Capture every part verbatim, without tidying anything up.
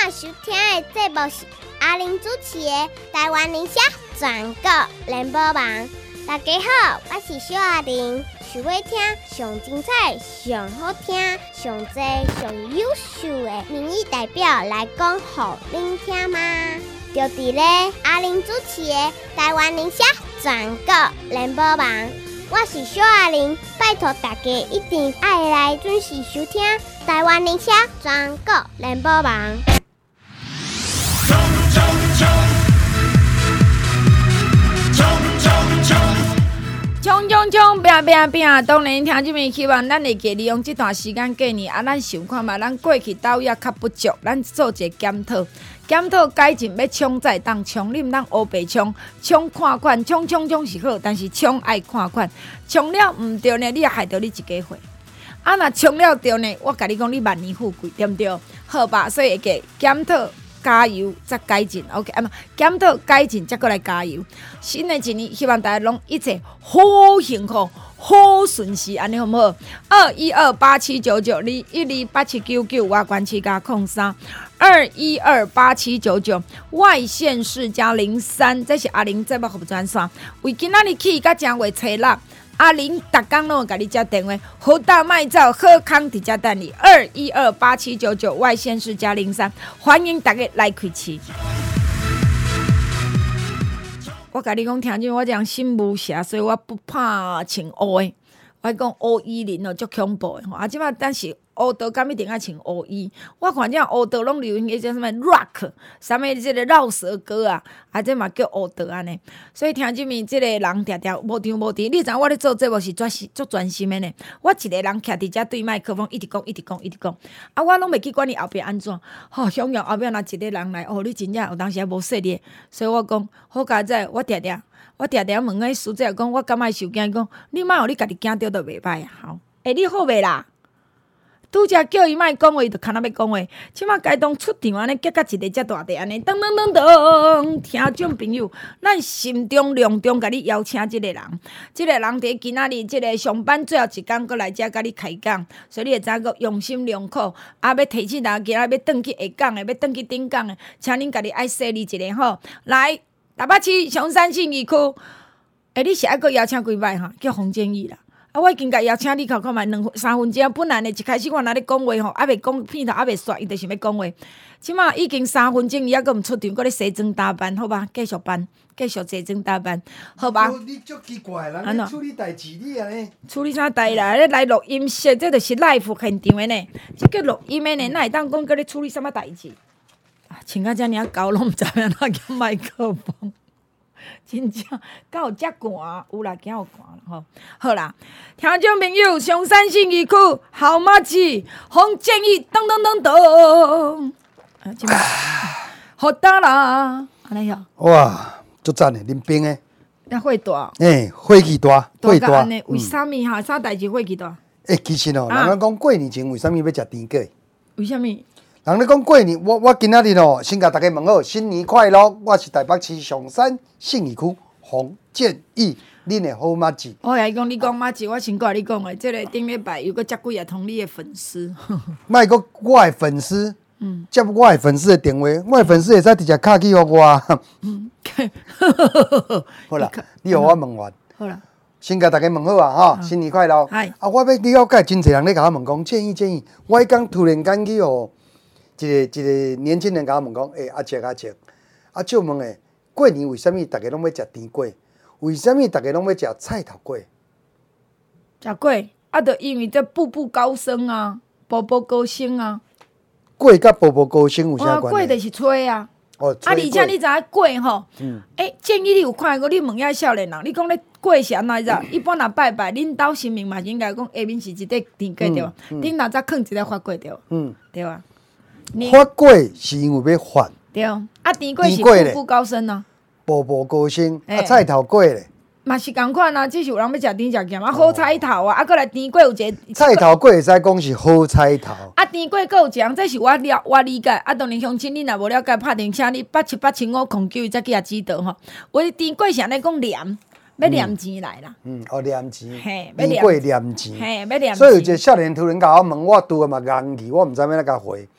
收听的节目是阿玲主持的《台湾理想全国联播网》。大家好，我是小阿玲，想要听上精彩、上好听、上多、上优秀的民意代表来讲，给您听吗？就伫咧阿玲主持的《台湾理想全国联播网》。我是小阿玲，拜托大家一定要来准时收听台湾理想全国联播网。 冲冲冲！冲冲冲！冲冲冲！拼拼拼！当然，听这么希望咱会记利用这段时间过年啊，咱想看嘛，咱过去倒也较不足，咱做一个检讨。检讨改进要冲才当冲，你毋通乌白冲，冲看款，冲冲冲是好，但是冲爱看款，冲了毋对呢，你也害到你一家伙。啊，若冲了对呢，我甲你讲，你万年富贵，对毋对？好吧，所以会记检讨。加油，再改进 ，OK， 啊嘛，检讨改进，再过来加油。新的一年，希望大家拢一切好幸福、好顺遂，安尼好唔好？二一二八七九九，二一二八七九九，外关七加空三，二一二八七九九，外县市加零三，这是阿玲节目服务专线。为今仔日起到正月初六。阿玲逐工拢会甲你接电话，好大卖走，好康伫遮等你。二一二八七九九外县市加零三，欢迎大家来开市。我甲你讲，听见我这样心无邪，所以我不怕穿乌的。我讲乌衣林哦，足恐怖的吼。啊，即摆但是乌道敢一定爱穿乌衣。我看这乌道拢流行迄种什么 rock， 什么即个绕舌歌啊，啊，这嘛叫乌道安尼。所以听即面即个人常常无张无弛。你知影我咧做节目是专心足专心的呢。我一个人徛伫遮对麦克风，一直讲，一直讲，一直讲。啊，我拢袂去管你后壁安怎。吼、哦，想用后壁若一个人来，哦，你真正有当时还无说你。所以我讲，好佳哉，我常常。我常常问迄师姐讲，我敢爱受惊？讲你莫互你家己惊着，就袂歹啊！好，诶，你好袂啦？拄则叫伊莫讲话，伊就干那要讲话。即马该当出场安尼，结甲一个遮大地安尼，噔噔噔噔，听众朋友，咱心中隆重甲你邀请即个人，即、這个人伫今仔日即个上班最后一工，搁来遮甲你开讲，所以你会知影用心良苦，啊，要提醒大家，今仔要转去下港的，要转去顶港的，请恁家己爱说你一个吼，来。台北市松山信义区，诶，你是爱阁邀请几摆哈？叫洪建义啦。啊，我已经甲邀请你看看卖两三分钟，本来呢一开始我若咧讲话吼，还袂讲片头，还袂煞，伊就想要讲话。即马已经三分钟，伊还阁毋出场，阁咧西装打扮，好吧？继续办，继续西装打扮，好吧？ 你足奇怪，人咧处理代志，你安尼处理啥代啦？咧来录音室，这就是 live 现场的呢，这叫录音的呢，哪会当讲阁咧处理什么代志？穿到遮尔啊高，拢毋知影哪叫麦克风，真正敢有遮寒？有啦，惊有寒啦吼。好啦，听众朋友，松山信义区好妈子洪建义，噔噔噔噔，啊，即摆好大啦，安尼哟。 哇，足赞的，啉冰的。 那火大。 诶，火气大，火大。 安尼，为啥物哈？啥代志火气大？ 诶，其实哦，人咧讲过年前为啥物要食甜粿？ 为啥物？ 人咧讲过年，我我今仔日哦，先甲大家问好，新年快乐！我是台北市松山信义区洪建义，恁的好妈子。 我来讲，你讲妈子，我先甲你讲诶，即、这个顶礼拜有个遮几啊通你的粉丝， 莫讲我的粉丝，嗯，接我的粉丝的电话，我的粉丝会使直接敲去互我。嗯，好啦，你互我问完。 好啦。 先甲大家问好啊，吼，新年快乐！啊，我要了解，真侪人咧甲我问讲，建议建议，我迄天突然间去哦。一个一个年轻人甲我问讲，诶、欸，阿姐阿姐，啊，就问诶，过年为什么大家拢要食甜粿？为什么大家拢要食菜头粿？ 食粿，啊，就因为这步步高升啊，步步高升啊。 粿甲步步高升有啥关系？ 粿就是吹啊。 哦， 啊，而且你知影粿吼，嗯，诶、欸，建议你有看过？你问遐少年人，你讲咧粿是安怎着？一般若拜拜，恁兜神明嘛应该讲下面是一块甜粿对吧？恁若则放一块发粿对吧？嗯，对啊。 发粿是因为要发， 对，啊，甜粿是步步高升啊， 步步高升。啊，菜头粿咧， 嘛是共款啊，只是有人要食甜食咸啊，好彩头啊，啊，搁来甜粿有一个菜头粿会使讲是好彩头。 啊，甜粿搁有一样，这是我了我理解。啊，当然乡亲，你若无了解，拍电请你八七八七五空九，伊才去也知道吼。我甜粿是安尼讲黏。要念钱来啦， 嗯，哦，念钱， 嘿， 甜粿念钱， 嘿，要念钱。 所以有一个少年突然甲我问，我拄个嘛戆去，我毋知影要甲回。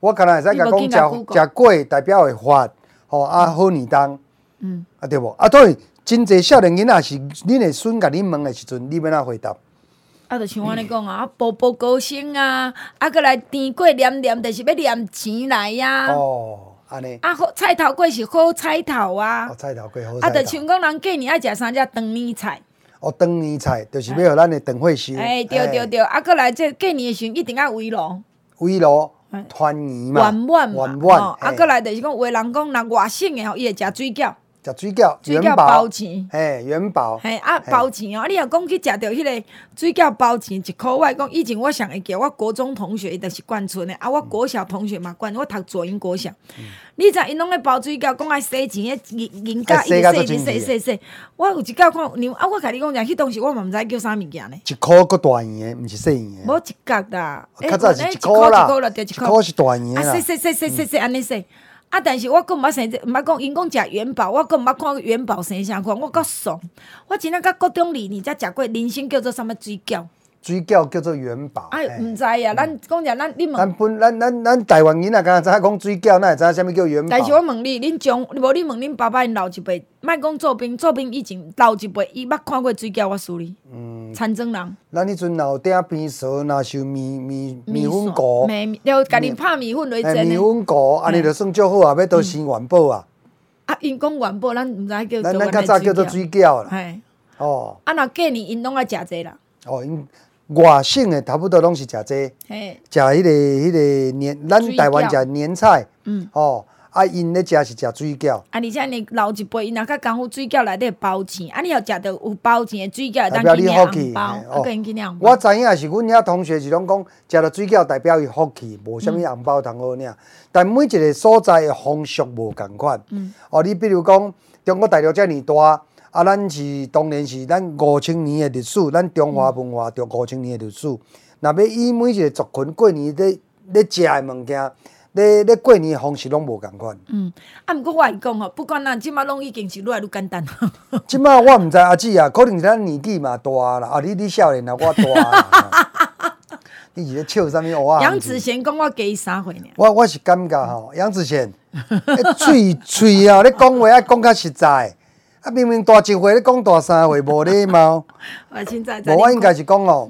我敢若会使甲讲食食粿代表会发，吼啊好年冬，嗯，啊对无？啊当然，真侪少年囡仔是恁的孙甲恁问的时阵，你要哪回答？ 啊，就像我咧讲啊，啊步步高升啊，啊，搁来甜粿黏黏，就是要黏钱来呀。 哦，安尼。 啊，好菜头粿是好菜头啊。 哦，菜头粿好菜头。 啊，就像讲人过年爱食三只长年菜。 哦，长年菜就是要互咱的长岁收。 哎，对对对，啊，搁来这过年的时阵一定要围炉。 围炉团圆嘛。 圆满嘛。 圆满。 啊，搁来就是讲，有的人讲，若外省的吼，伊会食水饺。 食水饺， 水饺包钱， 嘿，元宝， 嘿啊包钱哦！你若讲去食着迄个水饺包钱一箍，我讲以前我上会记，我国中同学伊就是眷村的，啊，我国小同学嘛眷，我读左营国小。嗯、你知因拢咧包水饺，讲爱洗钱，迄银银角一直洗洗洗洗。我有一摆看，你啊，我甲你讲者，迄当时我嘛毋知叫啥物件呢。 一箍个大圆的，毋是细圆的。 无一角啦， 较早是一箍啦， 一箍是大圆啦。啊，洗洗洗洗洗洗安尼洗。啊！但是我佫毋捌生，毋捌讲因讲食元宝，我佫毋捌看过元宝生啥款，我较爽。我真正到高中二年才食过，人生叫做啥物水饺。 水饺叫做元宝。 哎，毋知啊，咱讲者咱你问。 咱本咱咱咱台湾囡仔敢若知影讲水饺，哪会知影啥物叫元宝？ 但是我问你，恁中无你问恁爸爸因老一辈，莫讲做兵，做兵以前老一辈伊捌看过水饺，我输你。嗯。田庄人。 咱迄阵楼顶边烧，若是米米米粉糊， 要家己拍米粉落去蒸。 米粉糊，安尼就算足好啊！要倒生元宝啊。 啊，因讲元宝，咱毋知叫做。 咱咱较早叫做水饺啦。 嘿。 哦。 啊，若过年因拢爱食这啦。 哦，因。外省的差不多拢是食这，食迄个迄个年，咱台湾食年菜，嗯，哦，啊，因咧食是食水饺。啊， 而且呢，老一辈因若较功夫，水饺内底包钱，啊，你若食着有包钱的水饺， 代表你福气。 啊，个因去领。 我知影是阮遐同学是拢讲，食着水饺代表伊福气，无啥物红包通好领。但每一个所在的风俗无共款。嗯。哦，你比如讲，中国大陆遮尔大。啊，咱是当然是咱五千年的历史，咱中华文化着五千年的历史。若要以每一个族群过年咧咧食的物件，咧咧过年的方式拢无共款。 嗯，啊，毋过我会讲吼，不管咱即马拢已经是愈来愈简单。 即马我毋知阿姊啊，可能是咱年纪嘛大啦，啊，你你少年啊，我大啦。你是咧笑啥物话？ 杨子贤讲我加伊三岁呢。 我我是感觉吼，杨子贤，喙喙啊，咧讲话爱讲较实在。啊，明明大一岁，你讲大三岁，无礼貌。 我现在无，我应该是讲哦，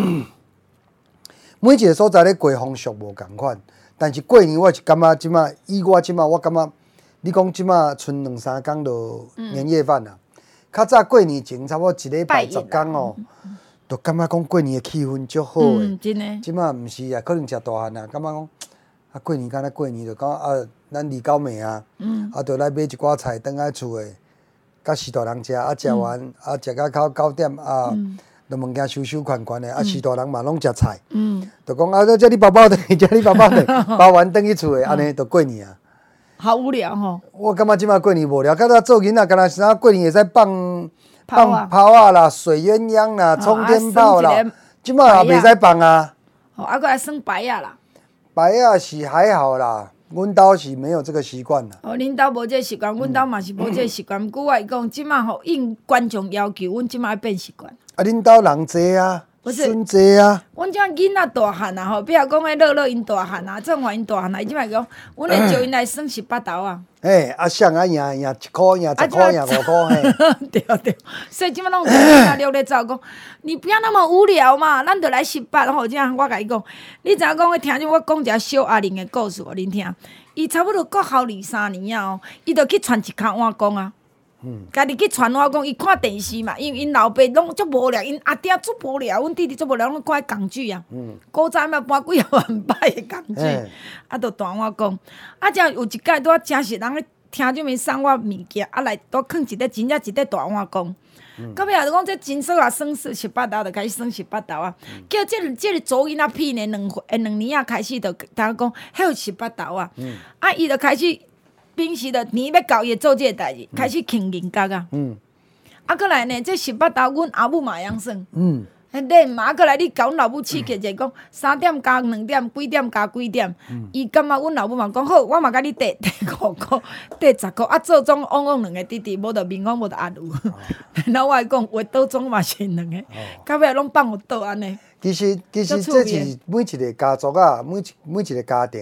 每一个所在咧过风俗无共款，但是过年我是感觉即马，以我即马，我感觉你讲即马剩两三工就年夜饭啦。较早过年前差不多一礼拜十工哦，就感觉讲过年的气氛足好诶。 嗯，真诶。 即马毋是啊，可能食大汉啊，感觉讲啊过年敢若过年就讲啊，咱二九暝啊，啊，就来买一寡菜倒来厝诶。甲四大人食，啊食完，嗯、啊食到到九点啊，就物件收收款款的，啊四大人嘛拢食菜，嗯、就讲啊，这你包包的，这你包包的，包完转去厝的，安尼就过年啊。 好无聊吼！ 我感觉即摆过年无聊，较早做囡仔，敢若啥过年会使放放炮啊啦、水鸳鸯啦、冲天炮啦，即摆也袂使放啊。 哦，啊，搁来耍牌啊啦。 牌啊是还好啦。阮兜是没有这个习惯啦。 哦，恁兜无这习惯，阮兜嘛是无这习惯。不过我讲，即马吼应观众要求，阮即马要变习惯。 啊，恁兜人济啊，孙济啊。 阮遮囡仔大汉啊吼，比如讲迄乐乐因大汉啊，正华因大汉啊，伊即马讲，阮会招因来耍十八斗啊。 嘿，啊，谁啊赢赢一箍，赢十箍，赢五箍嘿。 对对，所以即马拢有囡仔溜咧走讲，你不要那么无聊嘛，咱就来十八吼。这样我甲伊讲，你知影讲我听着我讲一个小阿玲的故事，恁听。伊差不多国校二三年啊，哦，伊就去传一空碗公啊。嗯。家己去传碗公，伊看电视嘛，因为因老爸拢足无聊，因阿爹足无聊，阮弟弟足无聊，拢看港剧啊。嗯。古早嘛搬几啊万摆的港剧，啊，就大碗公。啊，只有一摆拄啊，真实人咧听什物送我物件，啊来拄囥一个真正一个大碗公。到尾也就讲这真少啊，算十八斗就开始算十八斗啊。叫这个这个祖囡仔屁呢，两诶两年啊开始就大家讲，迄有十八斗啊。嗯、啊，伊就开始平时就年要到，伊做这个代志，开始庆人家啊。嗯。啊，过来呢，这十八斗，阮阿母嘛会晓算。嗯。恁嘛，啊，过来你甲阮老母刺激者讲，三点加两点，几点加几点。伊感觉阮老母嘛讲好，我嘛甲你缀缀五箍，缀十箍，啊，做总往往两个弟弟，无着面讲，无着阿鲁。然后我会讲，话倒总嘛是两个，到尾拢放有倒安尼。 其实其实这是每一个家族啊，每一每一个家庭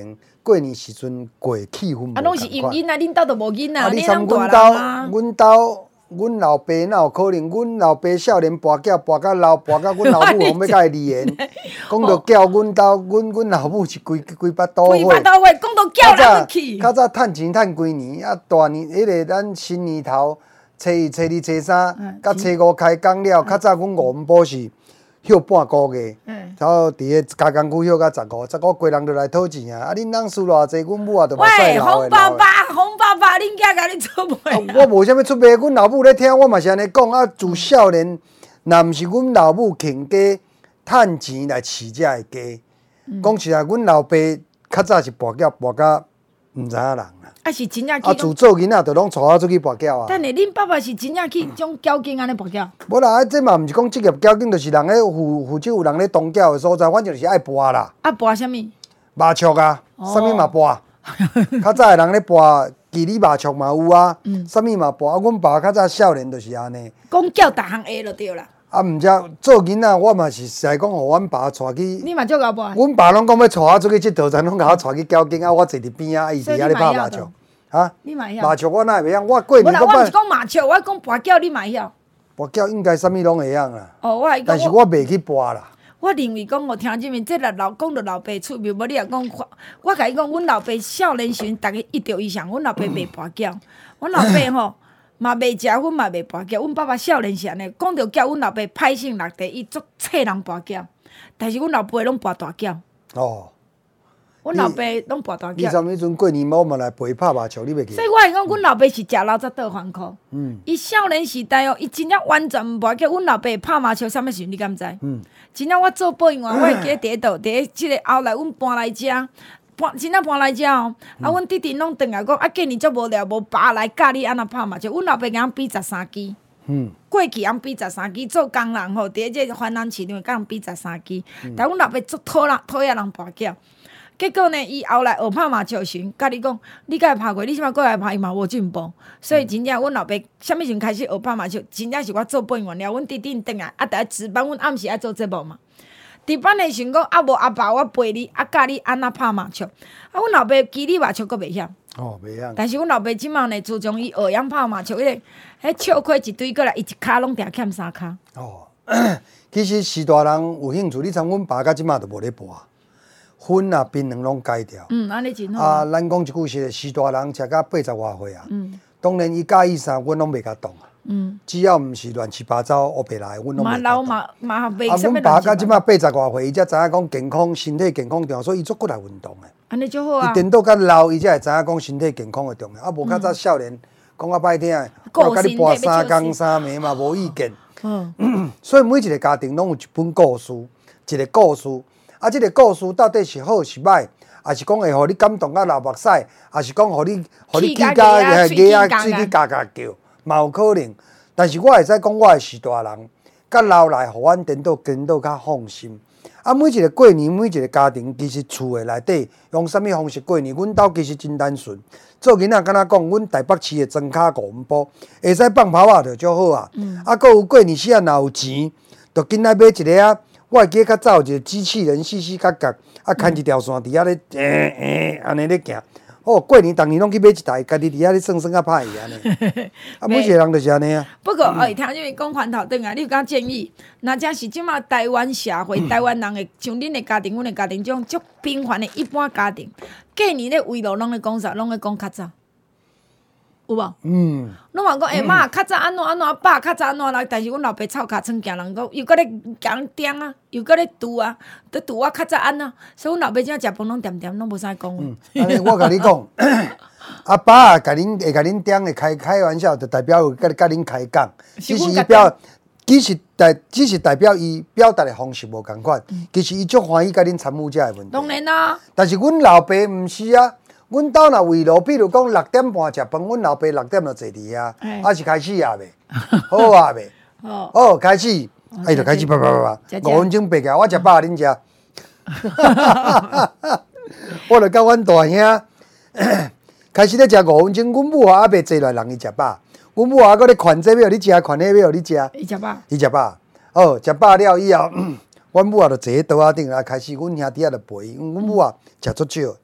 过年时阵过气氛无啊，拢是因囡啊，恁兜都无囡啊， 啊，你恁参阮拢大人啊。 兜，阮兜，阮老爸哪有可能？阮老爸少年跋筊跋到老，跋到阮老母往要甲伊离缘，讲到叫阮兜，阮阮老母是规规巴肚规火。 巴肚火，讲到叫人去。 较早趁钱趁几年，啊大年迄个咱新年头，初一、初二、初三，甲初五开工了。较早阮五五宝是休半个月，然后伫个加工区休到十五，十五个人就来讨钱啊！啊，恁人输偌济，阮母啊就嘛喂， 老洪爸爸，洪爸爸，恁囝甲你做袂？ 我无啥物出卖，阮老母咧听，我嘛是安尼讲啊。自少年，若毋是阮老母勤家趁钱来饲遮个家，讲实在，阮老爸较早是跋筊跋到毋知影人啦。 啊，是真正去。 啊，自做囡仔就拢带我出去跋筊啊。 等下，恁爸爸是真正去种交警安尼跋筊？ 无啦，这嘛毋是讲职业交警，就是人咧负负责有人咧当缴的所在，反正就是爱跋啦。 啊，跋啥物？ 麻雀啊，啥物嘛跋。较早的人咧跋鸡里麻雀嘛有啊，啥物嘛跋。啊，阮爸较早少年就是安尼。 讲叫逐项会就对啦。 啊，毋则做囡仔，我嘛是实在讲，互阮爸带去。 你嘛足够跋？ 阮爸拢讲要带我出去佚佗，才拢甲我带去交警啊！我坐伫边啊，伊伫遐咧拍麻雀。啊！ 你嘛晓？ 麻雀我哪会晓？我过年我我是讲麻雀，我讲跋筊你嘛晓？ 跋筊应该啥物拢会晓啦。 哦，我但是我袂去跋啦。 我认为讲，我听即面，这个老讲着老爸出面，无你也讲，我甲伊讲，阮老爸少年时，逐个一着以上，阮老爸袂跋筊，阮老爸吼嘛袂食薰，嘛袂跋筊。阮爸爸少年时安尼，讲着叫阮老爸歹性落地，伊足册人跋筊，但是阮老爸拢跋大筊。 哦。 阮老爸拢跋大筊。 你啥物时阵过年我嘛来陪拍麻雀，你袂记？ 所以我会讲，阮老爸是食老早倒反箍。 嗯。 伊少年时代哦，伊真正完全毋跋筊。阮老爸拍麻雀啥物时阵，你敢知？嗯。真正我做保育员，我会记伫第倒，伫即个后来，阮搬来遮，搬真正搬来遮哦。啊，阮弟弟拢转来讲，啊，过年足无聊，无爸来教你安怎拍麻雀。阮老爸甲比十三支。嗯。过去人比十三支，做工人吼，伫即个华南市场甲人比十三支。但阮老爸足讨人讨厌人跋筊。结果呢，伊后来学拍麻雀时，甲你讲，你甲伊拍过，你即摆过来拍，伊嘛无进步。所以真正，阮老爸啥物时阵开始学拍麻雀，真正是我做保育员了。阮弟弟转来，啊，逐值班，阮暗时爱做节目嘛。值班的时阵讲，啊无阿爸，我陪你，啊教你安怎拍麻雀。啊，阮老爸记哩麻雀佫袂晓。 哦，袂晓。 但是阮老爸即满呢，自从伊学样拍麻雀，迄个迄笑亏一堆过来，伊一骹拢定欠三骹。 哦，其实时大人有兴趣，你像阮爸到即满都无咧跋。薰啊，槟榔拢改掉。 嗯，安尼真好。 啊，咱讲一句实，时大人食到八十外岁啊。嗯。当然，伊介意啥，阮拢袂甲动啊。嗯。只要毋是乱七八糟乌白来，阮拢袂甲动。嘛老嘛嘛袂啥物。啊，阮爸到即马八十外岁，伊才知影讲健康、身体健康重要，所以伊足骨来运动诶。 安尼就好啊。 伊等到较老，伊才会知影讲身体健康诶重要。啊，无较早少年，讲啊歹听诶，我甲你跋三工三暝嘛，无意见。嗯。所以每一个家庭拢有一本故事，一个故事。啊，即个故事到底是好是歹，还是讲会互你感动到流目屎，还是讲互你互你起家牙啊水去嘎嘎叫，嘛有可能。但是我会使讲，我诶是大人，甲老来，互阮颠倒颠倒较放心。啊，每一个过年，每一个家庭，其实厝诶内底用啥物方式过年？阮兜其实真单纯。做囡仔敢若讲，阮台北市诶庄脚五五埔，会使放炮啊，就足好啊。嗯、啊，佫有过年时啊，若有钱，就紧来买一个啊。我会记较早有一个机器人，细细角角，啊，牵一条线伫遐咧，诶诶，安尼咧行。哦，过年逐年拢去买一台，家己伫遐咧算算啊歹去安尼。啊，每一个人就是安尼啊。 不过，哎，听你讲翻头转来，你有敢建议？若真是即马台湾社会、台湾人诶，像恁诶家庭、阮诶家庭，种足平凡诶一般家庭，过年咧围炉拢咧讲啥？拢咧讲较早。有无？嗯，拢话讲，诶妈，较早安怎安怎，爸较早安怎来，但是阮老爸臭尻川行人讲，又搁咧甲人点啊，又搁咧拄啊，伫拄我较早安怎，所以阮老爸怎食饭拢点点，拢无啥讲。 嗯，安尼我甲你讲，阿爸啊，甲恁会甲恁点会开开玩笑，就代表有甲甲恁开讲，只是伊表，只是代只是代表伊表达的方式无共款，其实伊足欢喜甲恁参与遮个问题。 当然啦。但是阮老爸毋是啊。阮兜若围炉，比如讲六点半食饭，阮老爸六点就坐伫遐，还是开始啊未？好啊未？哦，开始，哎，就开始啪啪啪啪，五分钟爬起来，我食饱恁食。我就甲阮大兄开始咧食五分钟，阮母啊还袂坐来，人伊食饱。阮母啊搁咧款这要互你食，款那要互你食。 伊食饱。 伊食饱。哦，食饱了以后，阮母啊就坐喺桌仔顶来开始，阮兄弟啊就陪，阮母啊食足少。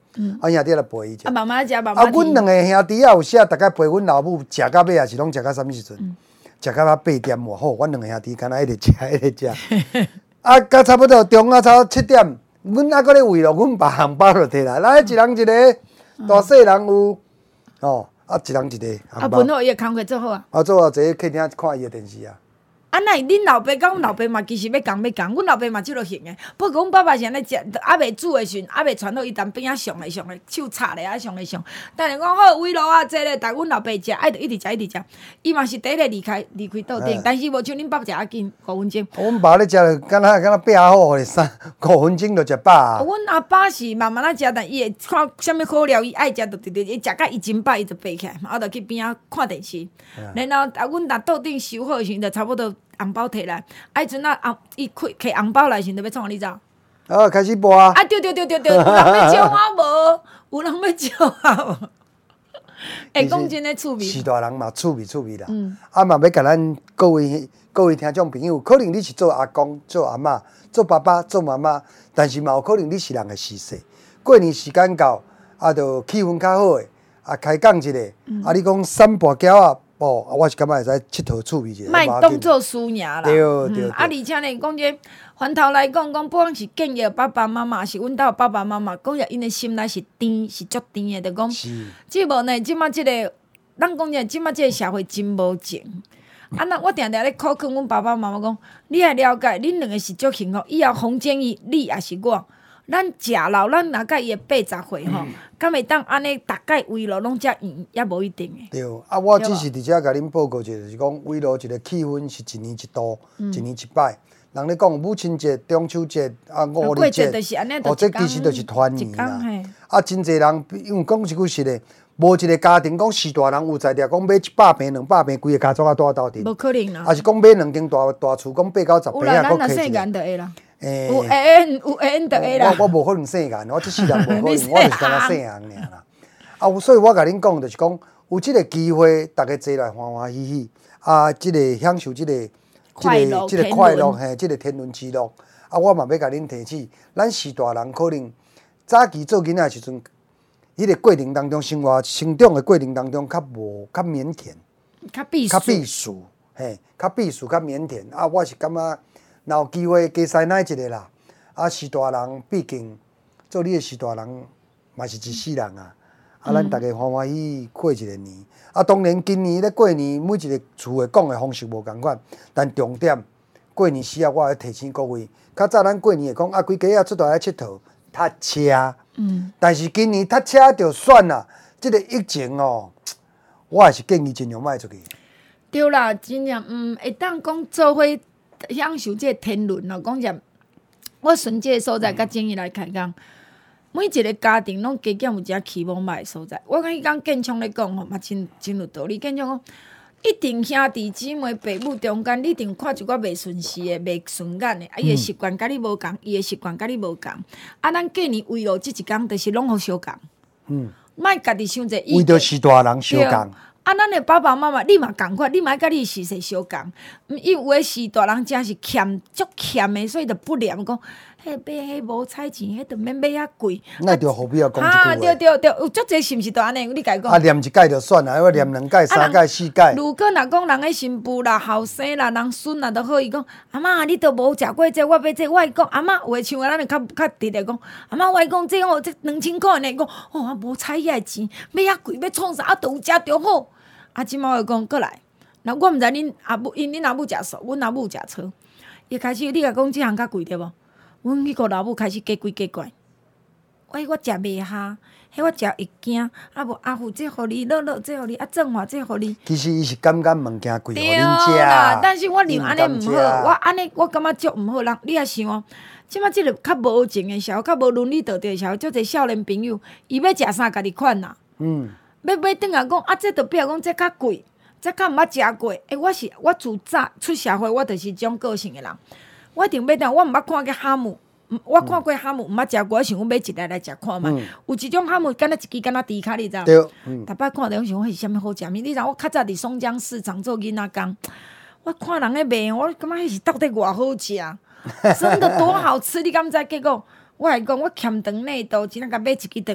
啊兄弟来陪伊食。 啊，慢慢食，慢慢啊，阮两个兄弟啊，有时啊，逐摆陪阮老母食到尾也是拢食到啥物时阵？食到啊八点外，好，阮两个兄弟敢若一直食，一直食。啊，到差不多中啊，差七点，阮还搁咧为咯，阮把红包就摕来，来一人一个，大细人有，哦，啊一人一个红包。 啊，分好伊个工课做好啊。 啊，做啊，坐喺客厅看伊个电视啊。 啊，那恁老爸甲阮老爸嘛，其实要共要共，阮老爸嘛即落型诶。不过阮爸爸是安尼食，还袂煮诶时阵，还袂传到伊当边仔上来上来，手插咧啊上来上。等下讲好围炉啊，坐咧，但阮老爸食，爱着一直食一直食。伊嘛是第一个离开离开桌顶，但是无像恁爸食啊紧，五分钟。 阮爸咧食着，敢若敢若八啊好咧，三五分钟就食饱啊。 阮阿爸是慢慢啊食，但伊会看啥物好料，伊爱食就直直，伊食到伊真饱，伊就爬起来，啊，就去边仔看电视。然后啊，阮若桌顶收好诶时阵，就差不多。红包摕来，啊！迄阵啊，红伊开摕红包来时，就要创啥？你知？ 啊，开始播啊！ 啊，对对对对对，有人要招我无？有人要招我无？会讲真诶趣味。 是大人嘛，趣味趣味啦。嗯。啊嘛，要甲咱各位各位听众朋友，可能你是做阿公、做阿嬷、做爸爸、做妈妈，但是嘛有可能你是人诶时势。过年时间到，啊，就气氛较好诶，啊，开讲一下。嗯、啊，你讲三把饺啊？哦，我是感觉会使佚佗趣味者， 莫当做输赢啦。 对对。 啊，而且呢，讲这回头来讲，讲不管是建议爸爸妈妈，是阮兜爸爸妈妈，讲着因的心内是甜，是足甜的，就讲。是。即无呢，即马即个，咱讲者，即马即个社会真无情。啊，那我定定咧考劝阮爸爸妈妈讲，你要了解，恁两个是足幸福，以后洪建义，你也是我。咱食老，咱若甲伊八十岁吼，敢会当安尼，逐届围炉拢遮圆，也无一定诶。 对，啊，我只是伫遮甲恁报告者，就是讲围炉一个气氛是一年一度，嗯、一年一摆。人咧讲母亲节、中秋节、啊五二节，哦，这其实就是团圆啦。啊，真侪人，因为讲一句实诶，无一个家庭讲是大人有才调，讲买一百平、两百平，规个家族啊住斗阵。 无可能啦。 啊是讲买两间大大厝，讲八九十平啊， 有啦，咱若细眼就会啦。 诶， 有缘有缘就会啦。 我我无可能细眼，我即世人无可能，我就是干那细眼尔啦。啊，所以我甲恁讲，就是讲有即个机会，大家坐来欢欢喜喜，啊，即个享受即个即个即个快乐，嘿，即个天伦之乐。啊，我嘛要甲恁提起，咱是大人可能早期做囡仔时阵，迄个过程当中，生活成长的过程当中，较无较腼腆， 较避较避暑，嘿，较避暑，较腼腆。啊，我是感觉。若有机会加塞奶一个啦，啊是大人，毕竟做你的是大人，嘛是一世人啊。啊，咱大家欢欢喜喜过一个年。啊，当然今年咧过年，每一个厝的讲的方式无共款，但重点过年时啊，我要提醒各位，较早咱过年会讲啊，规家啊出来佚佗、踏车。嗯。但是今年踏车就算啦，即、這個疫情哦，我也是建议尽量莫出去。 对啦，真正嗯，会当讲做伙。享受这天伦咯，讲者，我顺这个所在，甲建议来开讲，每一个家庭拢加减有一个期望买的所在。我讲迄讲建昌咧讲吼，嘛真真有道理。建昌讲，一定兄弟姊妹、父母中间，你一定看一寡袂顺势的、袂顺眼的，啊，伊的习惯甲你无共，伊的习惯甲你无共。啊，咱过年为了即一工，就是拢好相共。嗯。莫家己想者， 为着是大人相共。 啊，咱的爸爸妈妈，你嘛共款，你嘛甲你是势相共。伊有诶是大人真是欠足欠诶，所以就不念讲，迄买迄无彩钱，迄着免买遐贵。 那着何必要讲一句话？ 啊，对对对，有足济是毋是都安尼？你家讲。 啊，念一届就算啦，要念两届、三届、四届。 如果若讲人诶新妇啦、后生啦、人孙啦，都好，伊讲阿嬷，你都无食过这，我买这，我会讲阿嬷，有诶像咱较较直咧讲，阿嬷，我会讲这哦，这两千块呢，讲哦，啊无彩遐钱，买遐贵，要创啥？啊，都有食着好。啊，即摆会讲过来，那我毋知恁阿母因恁阿母食素，阮阿母食草。伊开始你甲讲即项较贵对无？阮迄个老母开始加贵加怪。喂，我食袂下，迄我食会惊。啊无阿父这互你，乐乐这互你，啊正华这互你。 其实伊是感觉物件贵互恁食。对啦，但是我认安尼毋好，我安尼我感觉足毋好。人你也想哦，即摆即个较无情诶社会，较无伦理道德诶社会，足侪少年朋友，伊要食啥家己款啦。嗯。要买转来讲啊，这著比如讲这较贵，这较毋捌食过。诶、欸，我是我自早出社会，我就是即种个性诶人。我一定要等，我毋捌看过蛤蟆，我看过蛤蟆，毋捌食过，我想讲买一个来食看觅。嗯、有一种蛤蟆，敢若一支敢若猪骹，你知影？ 对。嗯。 逐摆看着，我想讲是啥物好食物？你知我较早伫松江市场做囡仔工，我看人咧卖，我感觉迄是到底偌好食，真的多好吃！你敢知？结果我来讲，我欠长内肚，只能甲买一支肠。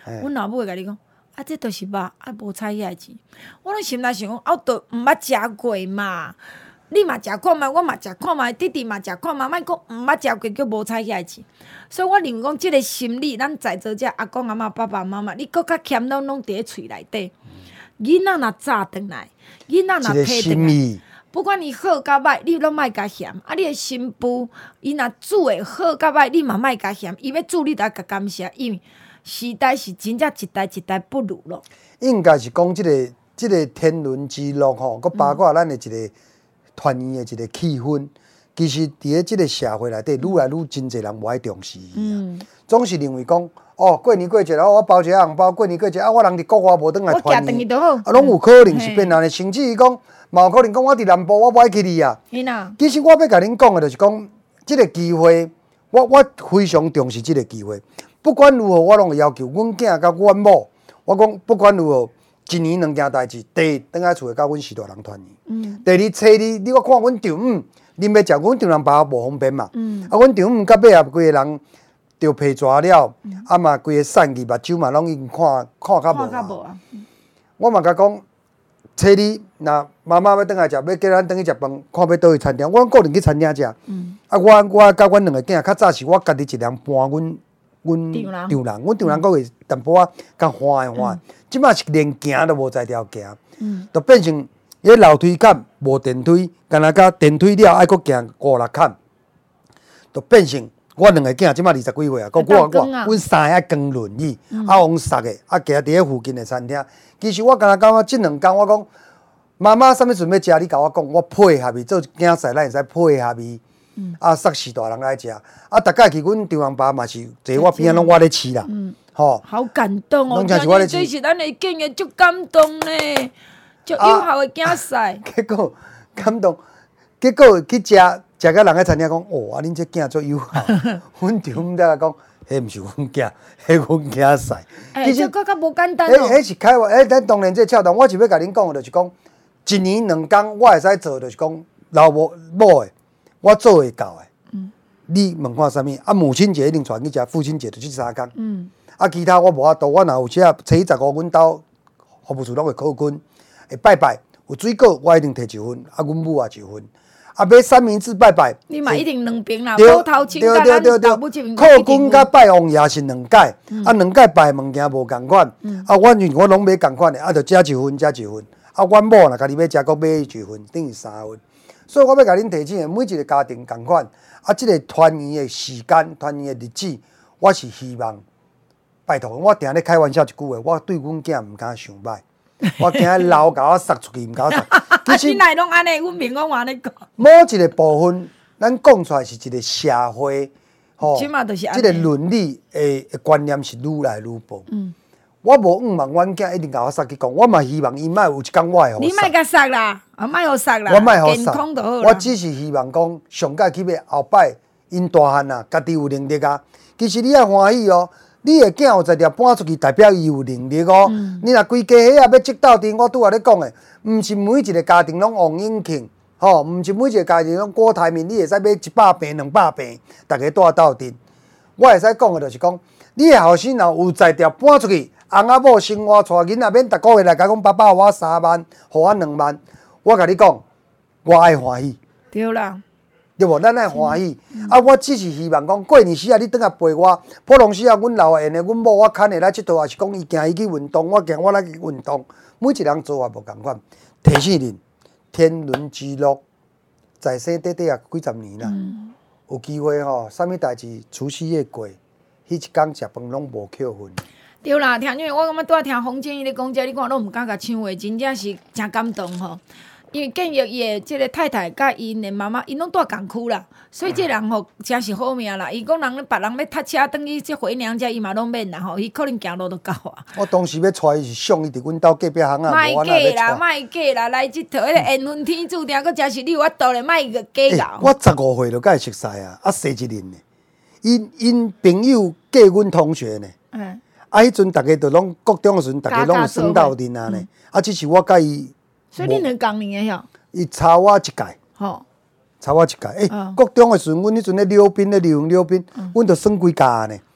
阮老母会甲你讲，啊，这都是肉，啊，无菜遐钱。我拢心内想讲，啊，都毋捌食过嘛。你嘛食看觅，我嘛食看觅，弟弟嘛食看觅，莫讲毋捌食过叫无菜遐钱。所以我认为讲，即个心理，咱在座遮阿公阿嬷、爸爸妈妈，你搁较欠拢拢伫咧喙内底。囡仔若早转来，囡仔若摕转来。不管你好甲歹，你拢莫甲嫌。啊，你的新妇，伊若煮的好甲歹，你嘛莫甲嫌。伊要煮，你著甲感谢，因为时代是真正一代一代不如咯。 应该是讲即、這个即、這个天伦之乐吼，佮包括咱的一个团圆的一个气氛。其實伫咧即个社会内底，愈来愈真侪人无爱重视伊、嗯、总是认为讲，哦，过年过节哦，我包一个红包，过年过节啊，我人伫国外无转来团圆，啊，拢有可能是变安尼，甚至于讲。嘛有可能讲，我伫南部，我无爱去你啊。其实我要甲恁讲的，就是讲，即个机会，我我非常重视即个机会。不管如何，我拢会要求阮囝甲阮某，我讲不管如何，一年两件代志。第一，倒来厝诶，甲阮四大人团圆。嗯、第二，初二，你我看阮丈母，恁要食，阮丈人爸无方便嘛。嗯、啊，阮丈母甲尾仔规个人着皮蛇了，嗯、啊嘛规个散去，目睭嘛拢已经看看较无啊。嗯、我嘛甲讲。初二，若妈妈要倒来食，要叫咱倒去食饭，看要倒去餐厅。我个人去餐厅食。嗯、啊，我我甲阮两个囝，较早是我家己一人搬阮阮丈人，阮丈人佫会淡薄仔较欢诶欢。即摆、嗯、是连行都无在条行，嗯、就变成迄楼梯坎无电梯，干那甲电梯了爱佫行五六坎，就变成我两个囝即摆二十几岁啊，佫我我阮三个扛轮椅，嗯、啊往杀诶，啊行伫咧附近诶餐厅。其实我敢若感觉即两工，我讲妈妈啥物时阵要食，你甲我讲，我配合伊做囝婿，咱会使配合伊。嗯、啊，杀四大人来食，啊，逐摆去阮丈人爸嘛是坐我边仔，拢我咧饲啦。嗯，吼， 好感动哦！真是这是咱的囝个足感动呢，足友好的囝婿。 结果感动，结果去食食到人个餐厅讲，哦，啊，恁这囝足友好。阮丈母在讲。迄毋是阮囝，迄阮囝婿。 其实佫较无简单哦。 迄迄是开玩，迄咱当然这俏谈，我是要甲恁讲的，就是讲一年两工，我会使做，就是讲老母某的，我做会到的。嗯。你问看啥物？啊，母亲节一定传去食，父亲节就即三工。嗯。啊，其他我无法度，我若有车初一十五，阮兜服务处拢会考勤，会拜拜，有水果我一定摕一份，啊，阮母也一份。啊，买三明治拜拜， 你嘛一定两边啦，口头亲甲咱老母这边靠阮甲拜王爷是两届，嗯、啊两届拜物件无共款，嗯、啊阮因我拢买共款的，啊就加一份加一份，啊阮某若家己要食，佫买一份，等于三份。所以我要甲恁提醒的，每一个家庭共款，啊即、這个团圆的时间、团圆的日子，我是希望拜托，我定咧开玩笑一句话，我对阮囝毋敢想歹。我惊老甲我塞出去，毋敢塞。 啊，恁内拢安尼，阮明我安尼讲。 某一个部分，咱讲出来是一个社会，吼，即个伦理诶观念是愈来愈薄。嗯，我无仰望阮囝一定甲我塞去讲，我嘛希望伊莫有一天我会互你莫甲塞啦，啊莫互塞啦， 我莫互健康就好啦。 我只是希望讲，上届起码后摆因大汉啊，家己有能力啊。其实你爱欢喜哦。你的囝有在条搬出去，代表伊有能力哦。嗯、你若规家伙啊要积斗阵，我拄仔咧讲的，毋是每一个家庭拢王永庆，吼，毋是每一个家庭拢郭台铭，你会使买一百平、两百平，大家住斗阵。我会使讲的就是讲，你的后生若有在条搬出去，翁仔某生活带囡仔，免逐个月来甲讲爸爸，我三万，互我两万，我甲你讲，我爱欢喜。 对啦。 对无？咱爱欢喜，嗯、啊！我只是希望讲过年时啊，你倒来陪我。普通时啊，阮老闲的，阮某我牵下来佚佗，也是讲伊行伊去运动，我行我来去运动。每一人做法无共款。提醒恁，天伦之乐，在生短短啊几十年啦，嗯、有机会吼，啥物代志除夕夜过，迄一天食饭拢无扣分。 对啦，听因为我感觉拄仔听洪建义咧讲遮，你看拢毋敢甲唱话，真正是真感动吼。因为建议伊的即个太太甲因的妈妈，因拢住共区啦，所以即人吼真是好命啦。伊讲人别人要搭车转去即回娘家，伊嘛拢免啦吼，伊可能行路就到啊。 我当时要带伊是上伊伫阮兜隔壁巷啊， 莫假啦，莫假啦，来佚佗，迄个缘分天注定，佫真是你有法度咧，莫个假搞。 我十五岁就甲伊熟识啊，啊生一年呢。因因朋友嫁阮同学呢。嗯。啊，迄阵逐个都拢国中的时阵，逐个拢有耍斗阵啊呢。啊，只是我甲伊。 所以恁两共年的哟。 伊差我一届，吼，差我一届。诶，国中的时阵，阮迄阵咧溜冰咧溜溜冰，阮着耍几家呢。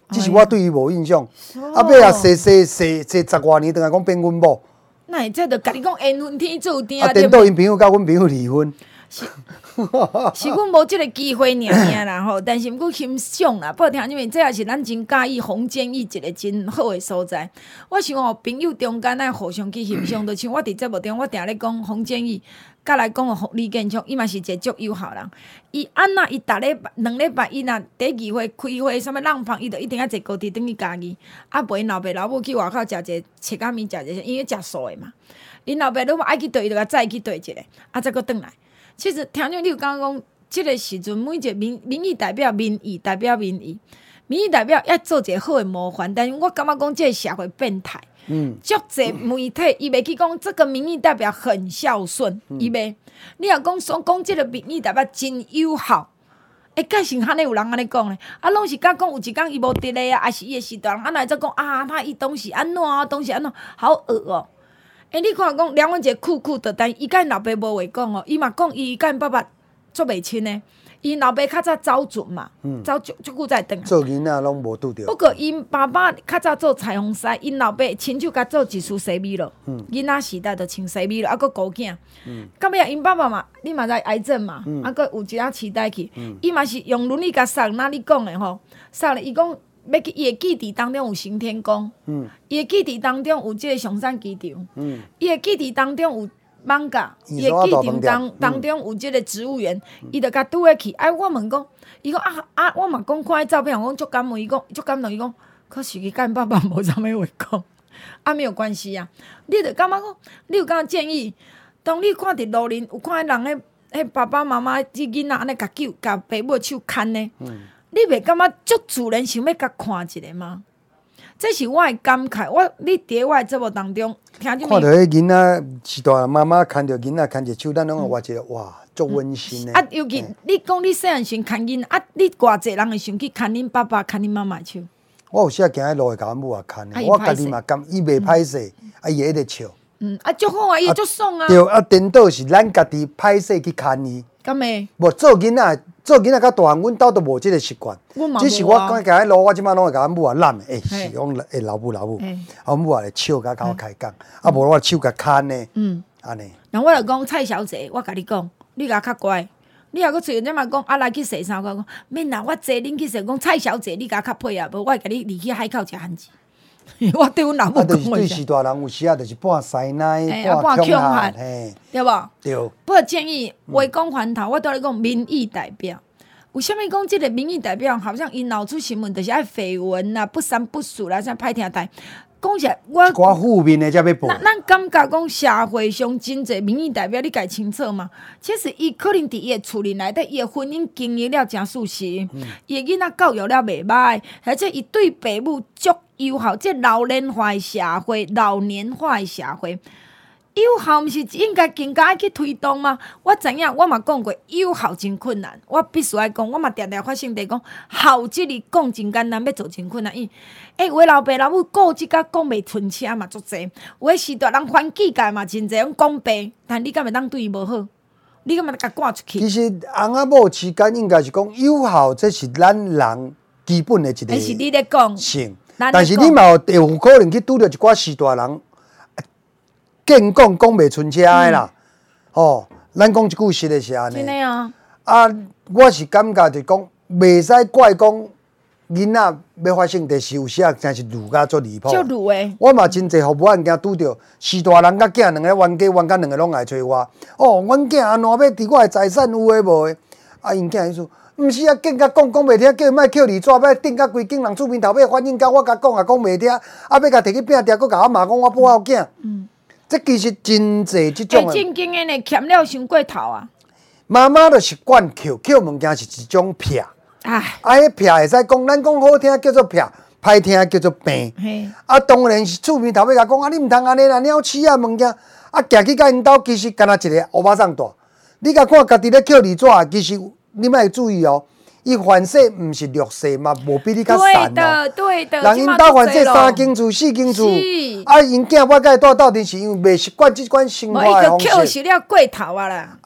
只是我对伊无印象。啊，尾啊，洗洗洗洗十外年，等下讲变阮某。 那这就甲你讲缘分天注定。 啊，等到因朋友甲阮朋友离婚。 是，是阮无即个机会尔尔啦吼，但是毋过欣赏啦。不过听因为这也是咱真介意洪建义一个真好诶所在。我想吼，朋友中间爱互相去欣赏，就像我伫节目中，我定咧讲洪建义，甲来讲吼李建昌，伊嘛是一个足友好人。伊安那伊逐礼拜两礼拜，伊若第二回开会，啥物浪放，伊就一定要坐高铁转去家己，啊陪因老爸老母去外口食一个切仔面，食一个，因为食素诶嘛。因老爸老母爱去倒，伊就甲载去倒一个，啊再搁转来。其实，听众你有感觉讲，即个时阵每一个民民意代表民意代表民意，民意代表要做一个好的模范，但是我感觉讲，这个社会变态，嗯，足侪媒体伊袂去讲这个民意代表很孝顺，伊袂、嗯，你若讲说讲这个民意代表真友好，会介是哈尼有人安尼讲咧，啊，拢是甲讲有一天伊无伫咧啊，还是伊的时代人，啊，来则讲啊，他伊当时安怎啊，当时安怎，好恶哦、喔。诶，你看讲两阮一个酷酷的，但伊甲因老爸无话讲哦，伊嘛讲伊甲因爸爸做袂亲呢。因老爸较早走准嘛，嗯、走足足久才转。 做囡仔拢无拄着。 不过因爸爸较早做裁缝师，因老爸亲手甲做一束西米露，囡仔、嗯、时代就穿西米露，啊，佫孤囝。到尾因爸爸嘛，你嘛知癌症嘛，嗯、啊，佫有一仔脐带去，伊、嗯、嘛是用轮椅甲送，那你讲的吼，送咧伊讲。要去伊的基地当中有行天宫，伊、嗯、的基地当中有即个上山机场，伊、嗯、的基地当中有艋舺，伊的基地当当中有即个植物园，伊就甲拄下去。哎，我问讲，伊讲啊啊，我嘛讲看迄照片，我讲足感动，伊讲足感动，伊讲，可是伊甲因爸爸无啥物话讲，啊没有关系啊。你就感觉讲，你有感觉建议，当你看伫路林有看人诶，迄爸爸妈妈即囡仔安尼甲救，甲爸母手牵呢。嗯你袂感觉足自然想要甲看一下吗？这是我的感慨。我你伫我的节目当中听见看到迄囡仔是大妈妈牵着囡仔牵着手，咱拢会活一个哇，足温馨的。 啊，尤其、嗯、你讲你细汉时牵囡仔，啊，你偌济人会想去牵恁爸爸、牵恁妈妈手？ 我有时啊，行喺路会甲阮母也牵的，我家己嘛感，伊袂歹势，啊，伊会一直笑。嗯， 啊，足好啊，伊足爽啊。 对，啊，颠倒是咱家己歹势去牵伊。 敢会？ 无做囡仔。做囡仔较大汉，阮兜都无即个习惯。只是我讲行喺路，我即摆拢会甲阮母啊揽诶，是讲诶老母老母，啊阮母啊咧笑甲甲我开讲，啊无我手甲牵呢，嗯，安尼。 然后我就讲蔡小姐，我甲你讲，你甲较乖，你若佫喙你嘛讲啊来去洗衫，我讲免啦，我坐恁去洗，讲蔡小姐，你甲较配合，无我会甲你离去海口食番薯。我对阮老母讲话。啊， 对时大人有时啊，就是半西奶， 半强悍，对无？ 对。 不过建议话讲翻头，我倒咧讲民意代表。为什么讲这个民意代表好像因闹出新闻，就是爱绯闻啦、不三不四啦，像歹听台。讲起来，我寡负面的才要报。 咱咱感觉讲社会上真侪民意代表，你家清楚吗？其实伊可能伫伊的厝里内底，伊的婚姻经营了真舒适，伊、嗯、的囡仔教育了袂歹，而且伊对父母足友好。这老年化的社会，老年化的社会。友好毋是应该更加爱去推动吗？我知影，我嘛讲过，友好真困难。我必须爱讲，我嘛常常发生伫讲，好即个讲真简单，要做真困难。因诶，有诶老爸老母顾即甲讲袂顺车嘛，足济；有诶时代人反计界嘛，真济，讲讲白，但你敢会当对伊无好？你敢会甲赶出去？ 其实翁仔某之间应该是讲友好，这是咱人基本诶一个。 迄是你咧讲性，但是你嘛有有可能去拄着一寡时代人。见讲讲袂顺车的啦，嗯、哦，咱讲一句实的是安尼。 真的啊！ 啊，我是感觉就讲，袂使怪讲囡仔要发生第时有时啊，真是路甲足离谱。 足路诶！ 我嘛真侪服务案件拄着，是大人甲囝两个冤家，冤家两个拢来找我。哦，阮囝安怎要伫我的财产有诶无诶？啊，因囝伊说，毋是啊，见甲讲讲袂听，叫伊莫捡二纸，要顶甲规间人厝面头尾反映甲我甲讲也讲袂听，啊，要甲摕去拼掉，佫甲我骂讲我不好囝。嗯。这其实真济即种诶，正经诶呢，欠了伤过头啊！ 妈妈就习惯捡，捡物件是一种撇。 唉， 啊，迄撇会使讲，咱讲好听叫做撇，歹听叫做病。啊，当然是厝面头尾甲讲啊，你毋通安尼啦，鸟鼠啊物件，啊，行去甲因兜，其实干那一个乌巴桑大。你甲看家己咧捡二纸，其实你莫注意哦。伊凡世毋是劣势嘛，无比你较善哦。 对的，对的。 人因兜凡世三间厝、四间厝，啊，因囝我甲伊住斗阵是因为袂习惯即款生活的方式。 无伊个捡是了过头啊啦。 啊，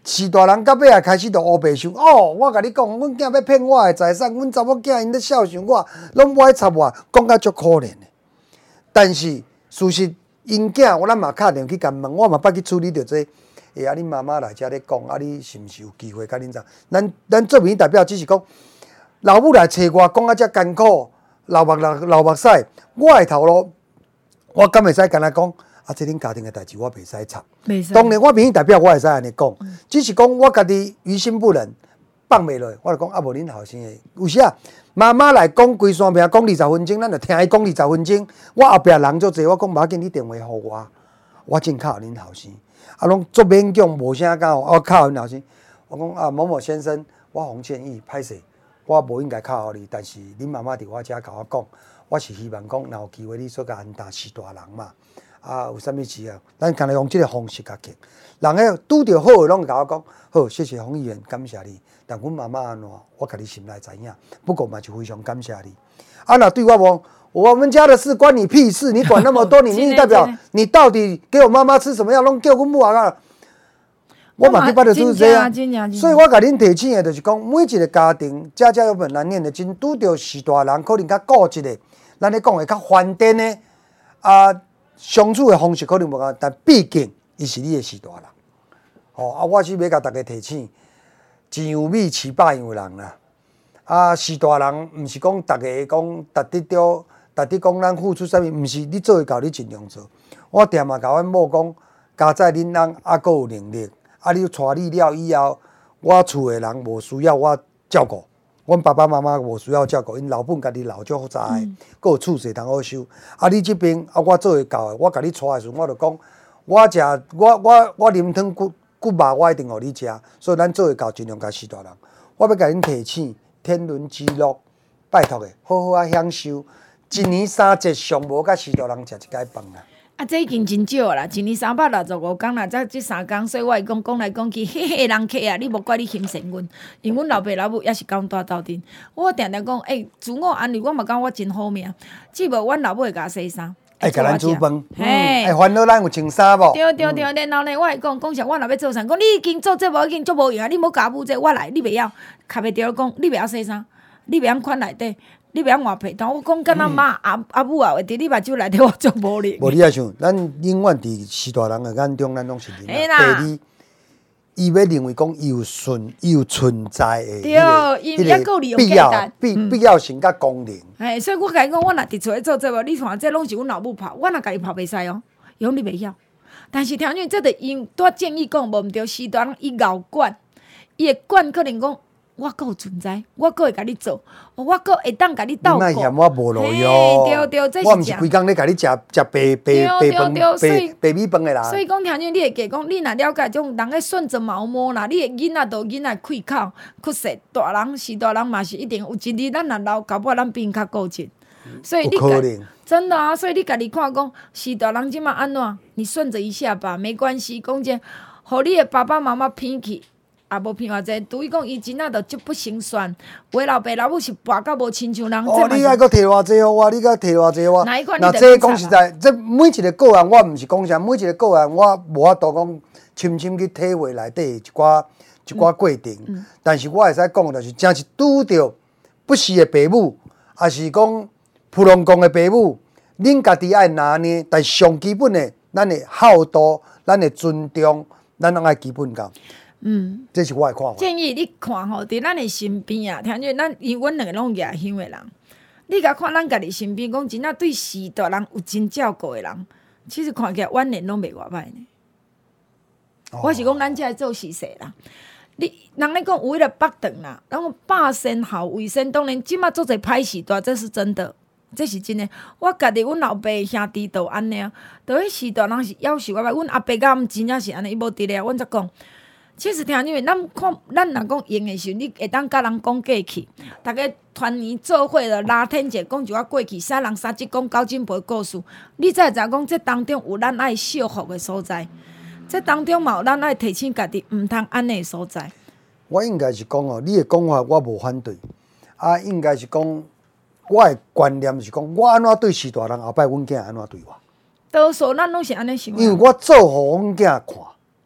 是大人到尾啊开始就乌白想，哦，我甲你讲，阮囝要骗我的财产，阮查某囝因咧孝顺我，拢歪插我，讲甲足可怜的。但是事实因囝，我咱嘛敲电去甲问，我嘛捌去处理着这個。诶，啊，恁妈妈来遮咧讲，啊，你是毋是有机会甲恁怎？咱咱做民意代表只是讲，老母来找我，讲啊遮艰苦，流目流流目屎，我的头路，我敢会使干那讲？啊，这恁家庭的代志，我袂使插。当然，我民意代表我会使安尼讲，嗯、只是讲我家己于心不忍，放袂落，我就讲啊，无恁后生的，有时啊，妈妈来讲规山片，讲二十分钟，咱就听伊讲二十分钟。我后壁人足济，我讲无要紧，你电话互我，我真靠恁后生。啊，拢足勉强，无啥讲，我靠恁后生。我讲啊，某某先生，我洪建议，歹势，我无应该靠你，但是恁妈妈伫我遮甲我讲，我是希望讲，若有机会你说甲安踏是大人嘛。啊，有啥物事啊？咱干来用即个方式甲行。人个拄着好诶，拢会甲我讲，好，谢谢洪议员，感谢你。但阮妈妈安怎，我甲你心内知影。不过嘛，就非常感谢你。啊，若对我讲，我们家的事关你屁事，你管那么多？你民意代表，你到底给我妈妈吃什么药？拢叫阮母啊！我嘛去捌着就是这样。所以我甲恁提醒的，就是讲，每一个家庭，家家有本难念的经，拄着是大人，可能较固执的，咱咧讲的较反颠的啊。相处的方式可能无共，但毕竟伊是你的是大人，吼、哦、啊！我是要甲大家提醒，钱有米，饲饱样的人啦。啊，是大人，毋是讲大家讲，逐日着，逐日讲咱付出啥物，毋是你做会到，你尽量做。我定嘛甲阮某讲，加在恁人还佫有能力，啊，你带你了以后，我厝的人无需要我照顾。阮爸爸妈妈无需要照顾，因老本家己老足复杂的，佫有厝势通好收。啊，你即边啊，我做会到的，我甲你带的时阵，我就讲，我食我我我啉汤骨骨肉，我一定互你食。所以咱做会到，尽量甲是大人。我要甲恁提醒，天伦之乐，拜托的，好好啊享受。一年三节上无甲是大人食一摆饭啦。 啊，这已经真少啦，一年三百六十五天啦，才即三天，所以我会讲讲来讲去，迄个人客啊，你无怪你轻视阮，因为阮老爸老母也是讲大斗阵。我定定讲，诶、欸，自我安慰，我嘛讲我真好命，只无阮老母会甲我洗衫， 会甲咱煮饭，嘿，会烦恼咱有穿衫无？ 对对对，然后呢，我会讲讲啥，我若要做啥，讲你已经做这无已经做无用啊，你莫甲我母这，我来，你袂晓，卡袂着讲，你袂晓洗衫，你袂晓款内底。你袂晓换被单，我讲敢若妈阿阿母啊，会伫你目睭内底，我做无力。 无你也想，咱永远伫是大人的眼中，咱拢是人。第二，伊要认为讲伊有存，伊有存在的对，伊也够利用必要必必要性甲功能。 哎，所以我甲伊讲，我若伫厝咧做这个，你看这拢是阮老母泡，我若家己泡袂使哦，伊讲你袂晓。但是条件这个因拄建议讲无毋对，是大人伊熬管，伊会管可能讲。我阁有存在，我阁会甲你做，我阁会当甲你斗过。 你莫嫌我无路哟。 对对，这是我毋是规工咧甲你食食白白白饭、白白米饭的啦。 所以讲，听见你会记讲，你若了解种人个顺着毛毛啦，你个囡仔都囡仔开口屈实，大人是大人嘛是一定有一日咱若老，搞不好咱比因较固执。所以你真的啊，所以你家己看讲，是大人即马安怎？你顺着一下吧，没关系。讲者，互你的爸爸妈妈偏去。也无骗偌济，除伊讲伊真仔就足不成算，为老爸老母是跋到无亲像人。 哦，你爱阁摕偌济互我，你阁摕偌济我。那这讲实在，这每一个个案，我毋是讲啥，每一个个案我无法度讲深深去体会内底一寡一寡过程。嗯嗯、但是我会使讲，就是真是拄着不是的父母，也是讲普通讲的父母，恁家己爱拿捏，但上基本的，咱的孝道，咱的尊重，咱拢爱基本教。嗯，这是我的看法。 建议你看吼，伫咱的身边啊，听见咱因阮两个拢野乡的人，你甲看咱家己身边，讲真正对时大人有真照顾的人，其实看起来晚年拢袂偌歹呢。哦、我是讲咱遮做事势啦，你人咧讲有迄个北肠啦，然后百善孝为先，当然即马做者歹时大，这是真的。这是真诶，我家己阮老爸兄弟都安尼啊，都迄时大人是要求我，阮阿伯甲毋真正是安尼，伊无伫咧，阮则讲。其实听因为咱看，咱若讲用诶时阵，你会当甲人讲过去，逐个团圆做伙了，拉天者讲一寡过去，啥人三节讲九金杯故事，你才会知讲这当中有咱爱惜福诶所在，这当中嘛有咱爱提醒家己毋通安尼诶所在。 我应该是讲哦，你诶讲法我无反对，啊，应该是讲我诶观念是讲，我安怎对是大人，后摆阮囝安怎对我。 多数咱拢是安尼想。 因为我做互阮囝看。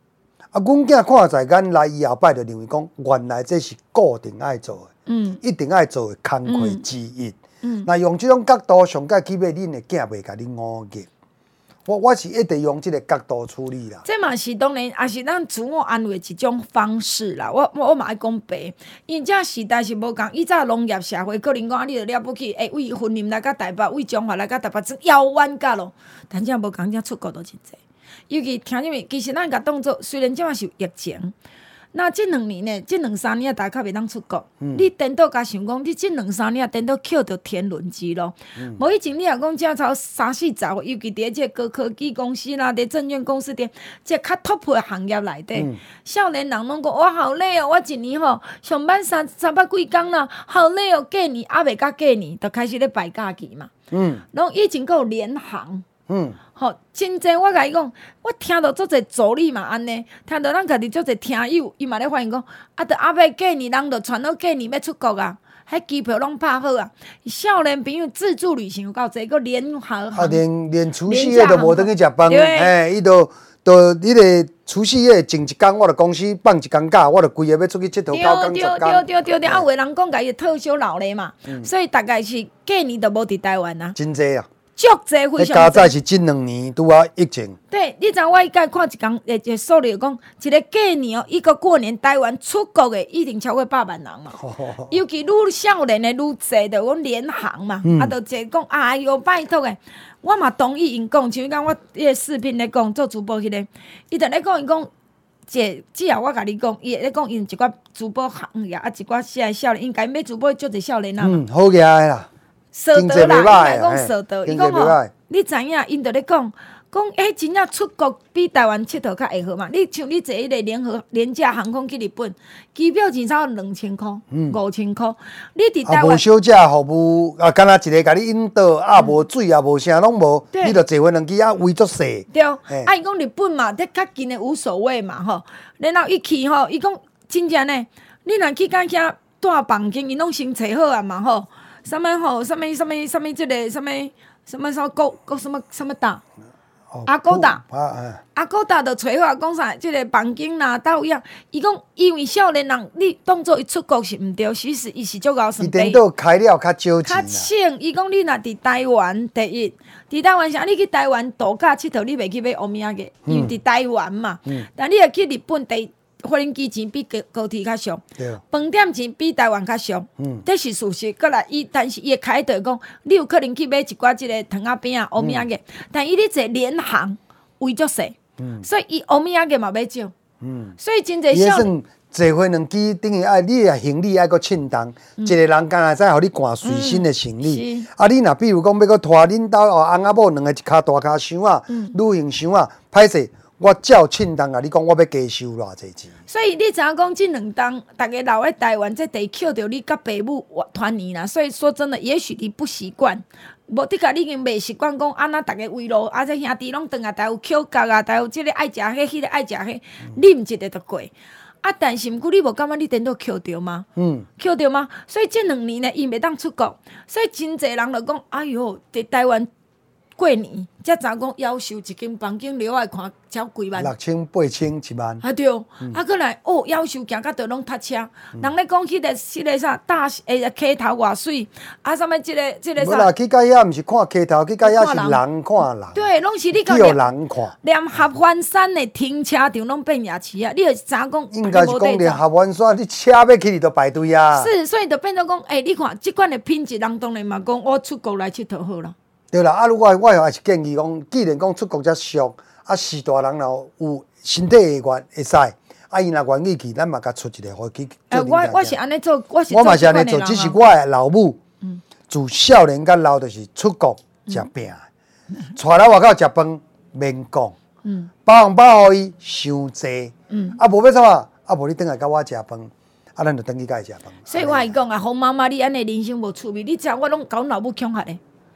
啊，阮囝看在眼来以后摆，就认为讲，原来这是固定爱做的， 嗯， 一定爱做的工课之一。 嗯， 那用这种角度，上届起码恁的囝袂甲你误解。我我是一直用这个角度处理啦。 这嘛是当然，也是咱自我安慰一种方式啦。我我我嘛爱讲白，因为这时代是无共。以早农业社会，可能讲你着了不起，诶，为婚姻来到台北，为中华来到台北，真遥远甲咯。但这无共，这出国都真济。尤其听什么，其实咱甲当作，虽然即马是有疫情。那即两年呢，即两三年大家较袂当出国。嗯、你颠倒甲想讲，你即两三年颠倒捡着天伦之乐。无、嗯、以前你若讲正超三四十岁，尤其伫即高科技公司啦，伫证券公司伫即较 top 的行业内底，少、嗯、年人拢讲我好累哦，我一年吼上班三三百几工啦，好累哦，过年还袂甲过年，就开始咧摆假期嘛。嗯，然后以前佫有联航。嗯，吼，真济我甲伊讲，我听到足侪助理嘛安尼，听到咱家己足侪听友，伊嘛咧发现讲，啊，着后尾过年人着传到过年要出国啊，迄机票拢拍好啊。少年朋友自助旅行有够济，个联航，啊， 连连除夕夜都无等去食饭，嘿，伊都都迄个除夕夜前一工，我着公司放一工假，我着规个要出去佚佗九工十工。对对对对对，啊，有诶人讲家己退休老咧嘛，所以大概是过年都无伫台湾啊。 真济啊！ 足济非常。 加在是近两年拄啊疫情。 对，你知我伊甲看一工诶，一数据讲，一个过年哦，一个过年台湾出国诶，一定超过百万人嘛。哦、尤其愈少年诶愈济，着讲联航嘛，嗯、啊，着坐讲哎哟，拜托诶，我嘛同意因讲，像讲我迄个视频咧讲做主播迄、那个，伊着咧讲伊讲，这只后我甲你讲，伊咧讲因一寡主播行业啊，一寡些少年，因家买主播足侪少年啊嘛。 嗯，好个啦。 扫道啦，应该讲扫道。伊讲吼，你知影因着咧讲，讲诶，真正出国比台湾佚佗较会好嘛？你像你坐迄个联合廉价航空去日本，机票钱差两千箍、五千箍。你伫台湾啊，无小姐服务啊，敢若一个甲你引导，啊无水也无啥拢无，你着坐回两机啊，位足细。 对，啊，伊讲日本嘛，得较近的无所谓嘛吼。然后伊去吼，伊讲真正呢，你若去甲遐住房间，伊拢先找好啊嘛吼。什么吼？什么什么什么？这个什么什么什么高高什么什么大？阿高达，阿高达就找好讲啥？这个房间啦，到样。伊讲，因为少年人，你当做伊出国是毋对，其实伊是足够算。 伊等到开了较少钱较省，伊讲你若伫台湾第一，伫台湾啥？你去台湾度假佚佗，你袂去买欧米亚个，因为伫台湾嘛。嗯、但你若去日本第。飞行机钱比高高铁较俗，饭店钱比台湾较俗，嗯、这是事实。过来，伊但是伊会开导讲，你有可能去买一寡即个糖仔饼啊、欧米亚个，但伊咧坐联航位足细，嗯、所以伊欧米亚个嘛要少，嗯、所以真侪少。 坐回两机等于爱你诶行李爱阁称重，嗯、一个人敢若使互你赶随身诶行李。嗯、啊，你若比如讲要阁拖恁兜哦翁仔某两个一骹大骹箱啊，嗯、旅行箱啊，歹势。我照称重啊！你讲我要加收偌济钱？ 所以你知影讲，即两冬大家留喺台湾，这得扣着你甲爸母团圆啦。所以说真的，也许你不习惯，无的确你已经袂习惯讲安那大家围路，啊，这兄弟拢转啊，台有扣角啊，台有即个爱食迄，迄个爱食迄，你毋一个就过。啊，但是毋过你无感觉你颠倒扣着吗？嗯，扣着吗？所以这两年呢，伊袂当出国，所以真侪人就讲，哎哟，伫台湾。过年，才知讲要求一间房间了，爱看超几万， 六千八千一万。 啊对，嗯、啊，过来哦，要求行到倒拢塞车。嗯、人咧讲迄个、迄个啥大诶溪头偌水，啊，啥物即个、即个啥？ 无啦，去到遐毋是看溪头，去到遐是人看人。 对，拢是你讲。 叫人看。 连合欢山的停车场拢变夜市啊！你会知影讲？ 应该是讲连合欢山，你车要去你都排队啊。 是，所以就变做讲，诶、欸，你看即款的品质，人当然嘛讲，我出国来佚佗好啦。 对啦，啊，如果我也是建议讲，既然讲出国遮俗，啊，是大人若有身体会愿会使，啊，伊若愿意去，咱嘛甲出一个互去。 呃，我我是安尼做，我是我嘛是安尼做，只是我的老母，嗯、自少年到老就是出国食饼，带来外口食饭免讲，嗯、包红包互伊伤济，嗯、啊，无要怎啊？啊，无你转来甲我食饭。啊，咱就等去甲伊食饭。 所以我係講啊，洪媽媽，你安尼人生無趣味，你知我攏甲阮老母恐嚇咧。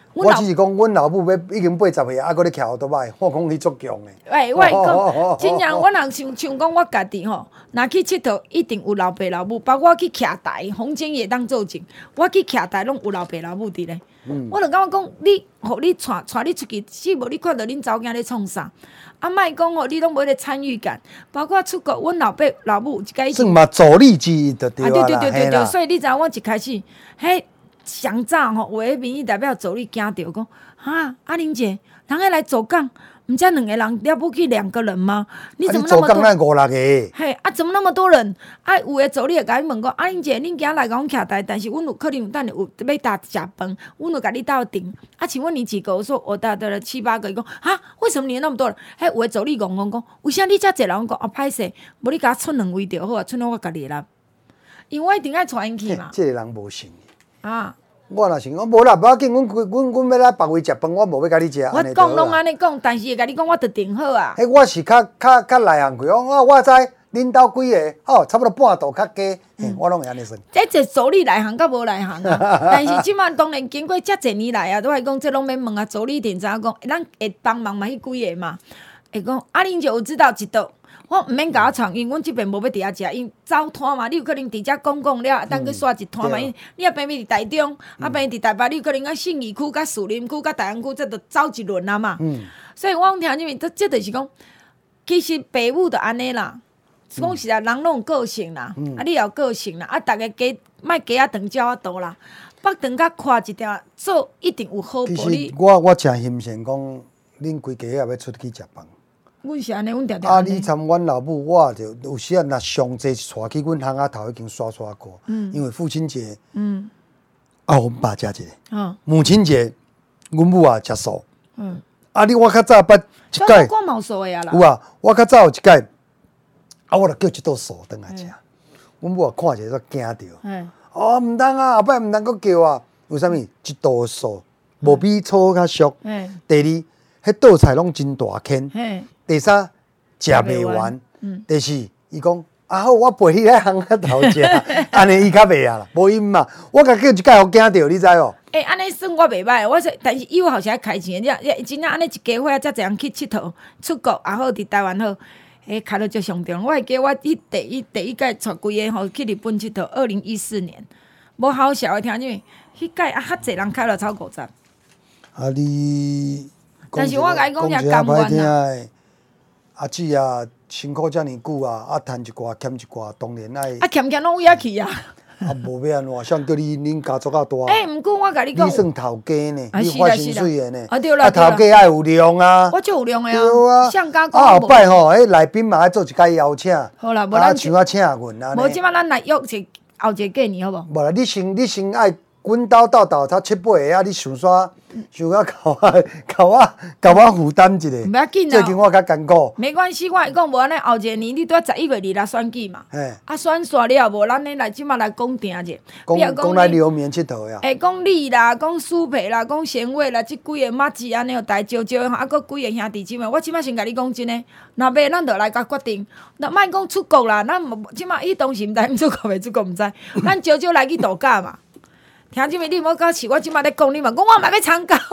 我只是讲，阮老母要已经八十岁，还搁咧徛奥多摆，我讲伊足强的。 喂，我讲，真正我若像像讲我家己吼，若去佚佗，一定有老爸老母，包括去徛台，风景也当做证。我去徛台，拢有老爸老母伫咧。嗯、我就感觉讲，你，互你带带你出去，是无你看到恁查某囝咧创啥？啊，莫讲吼，你拢无咧参与感，包括出国，阮老爸老母一家。 算嘛，助力之一就对啦。 啊，对对对对对，所以你知影，我一开始，嘿。上早吼，有诶民意代表助理惊着讲，哈，阿玲姐，人个来走港，毋才两个人了不起两个人吗？你怎么那么多？ 走港咱五六个。 嘿，啊，怎么那么多人？啊，有诶助理会甲伊问讲，阿玲姐，恁今来甲阮徛台，但是阮有可能有等下有要搭食饭，阮有甲你斗订。啊，请问你几个？我说我搭的了七八个。伊讲，哈，为什么你那么多人？嘿，有诶助理讲讲讲，为啥你遮济人？我讲啊，歹势，无你甲我剩两位就好啊，剩了我家己啦。因为我一定爱带因去嘛。 这个人无信。 啊。 我若想讲无啦，无要紧，阮阮阮要来别位食饭，我无要甲你食。 我讲拢安尼讲，但是会甲你讲，我着订好啊。 迄我是较较较内行去，我我知恁兜几个哦，差不多半度较加，嗯、我拢会安尼算。 这这助理内行甲无内行啊，但是即摆当然经过遮侪年来啊，都会讲这拢免问啊。助理定知影讲，咱会帮忙嘛？迄几个嘛，会讲啊，恁就有知道一道。我毋免甲我创，因为阮即边无要伫遐食，因走摊嘛，你有可能伫遮讲讲了，等去刷一摊嘛。嗯、你啊偏偏伫台中，嗯、啊偏伫台北，你有可能啊信义区、甲士林区、甲大安区，这着走一轮啊嘛。嗯、所以我讲听入面，这这就是讲，其实父母就安尼啦。讲实在，人拢有个性啦，嗯、啊你也有个性啦，啊逐个加莫加啊长鸟啊大啦，北长甲看一条做一定有好报。 其实我我诚欣赏讲，恁规家也要出去食饭。 阮是安尼，阮常常啊！你参阮老母，我就有时啊，若上济带去阮巷仔头已经刷刷过。嗯。因为父亲节，嗯，啊，阮爸食一个。嗯。母亲节，阮母啊食素。嗯。啊！你我较早捌一届。 我冇素的啊啦。 有啊，我较早有一届，啊，我就叫一道素转来食。阮母啊看者煞惊着。嗯。哦，毋通啊，后摆毋通阁叫啊。为啥物？一道素无比草较俗。嗯。第二，迄道菜拢真大坑。嗯。第三食袂完，嗯、第四伊讲啊好，我陪你来巷仔头食，安尼伊较袂啊啦，无因嘛，我甲叫一届互惊着，你知无？ 诶、欸，安尼算我袂歹，我说，但是以后后时开钱，你你真正安尼一家伙遮侪人去佚佗，出国也好，伫台湾好，诶，开了足上重。我会记我迄第一第一届带规个吼去日本佚佗，二零一四年，无好笑诶，听因为迄届啊，遐侪人开了超五十。 啊你， 但是我甲伊讲遮甘愿啦。 阿姊啊，辛苦遮尔久啊，啊趁一寡欠一寡，当然爱。 啊欠欠拢有遐去啊。 啊，无要安怎，像叫你恁家族较大。 诶，毋过我甲你讲， 你算头家呢，你发薪水的呢。 啊对啦， 啊头家爱有量啊。 我就有量的啊。 对啊。 像刚讲。 啊后摆吼，迄来宾嘛爱做一届邀请。 好啦，无咱像啊请阮安尼。 无即摆咱来约一后一个过年好无？ 无啦，你先你先爱。阮兜斗斗才七八个啊！你想煞想啊，甲我甲我甲我负担一下。 唔要紧啊！ 最近我较艰苦。 没关系，我会讲无安尼，后一个年你拄啊十一月二来选举嘛。嘿。啊，选煞了无？咱咧来即马来讲定者。 讲讲来流绵佚佗呀。 会讲你啦，讲苏培啦，讲贤惠啦，即几个马子安尼有大招招，啊，搁几个兄弟姊妹。我即马先甲你讲真诶，若要咱就来甲决定。若莫讲出国啦，咱即马伊当时毋知毋出国袂出国毋知，咱招招来去度假嘛。听即面你莫搞笑，我即摆咧讲你嘛，讲我嘛要参加。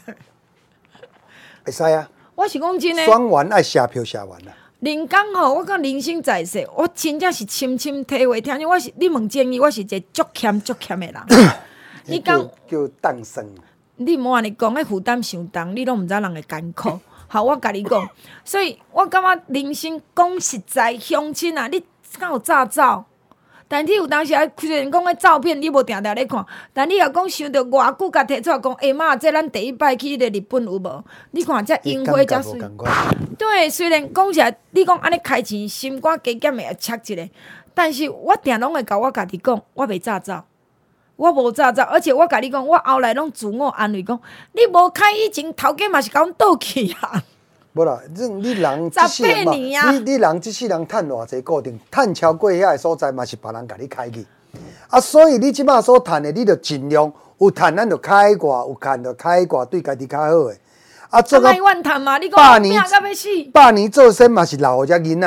会使啊！ 我是讲真诶。 选完爱写票写完啦。 人讲吼，我讲人生在世，我真正是深深体会。听见我是你问建议，我是一个足欠足欠诶人。你讲叫当生。 你莫安尼讲，迄负担伤重，你拢毋知人会艰苦。好，我甲你讲，所以我感觉人生讲实在，乡亲啊，你敢有早走？但你有当时啊，虽然讲个照片你无定定咧看，但你若讲想着偌久，甲摕出来讲，哎妈，这咱第一摆去迄个日本有无？你看这樱花遮水。对，虽然讲起来，你讲安尼开钱，心肝加减会切一个，但是我定拢会甲我家己讲，我袂早走，我无早走，而且我甲你讲，我后来拢自我安慰讲，你无开以前，头家嘛是甲阮倒去啊。 无啦，你你人即世人嘛，你你人即世人趁偌济固定，趁超过遐个所在嘛是别人甲你开去，啊，所以你即马所趁的，你着尽量有趁咱着开挂，有趁着开挂，对家己较好诶。啊，做个百年，百年做生嘛是留互遮囡仔。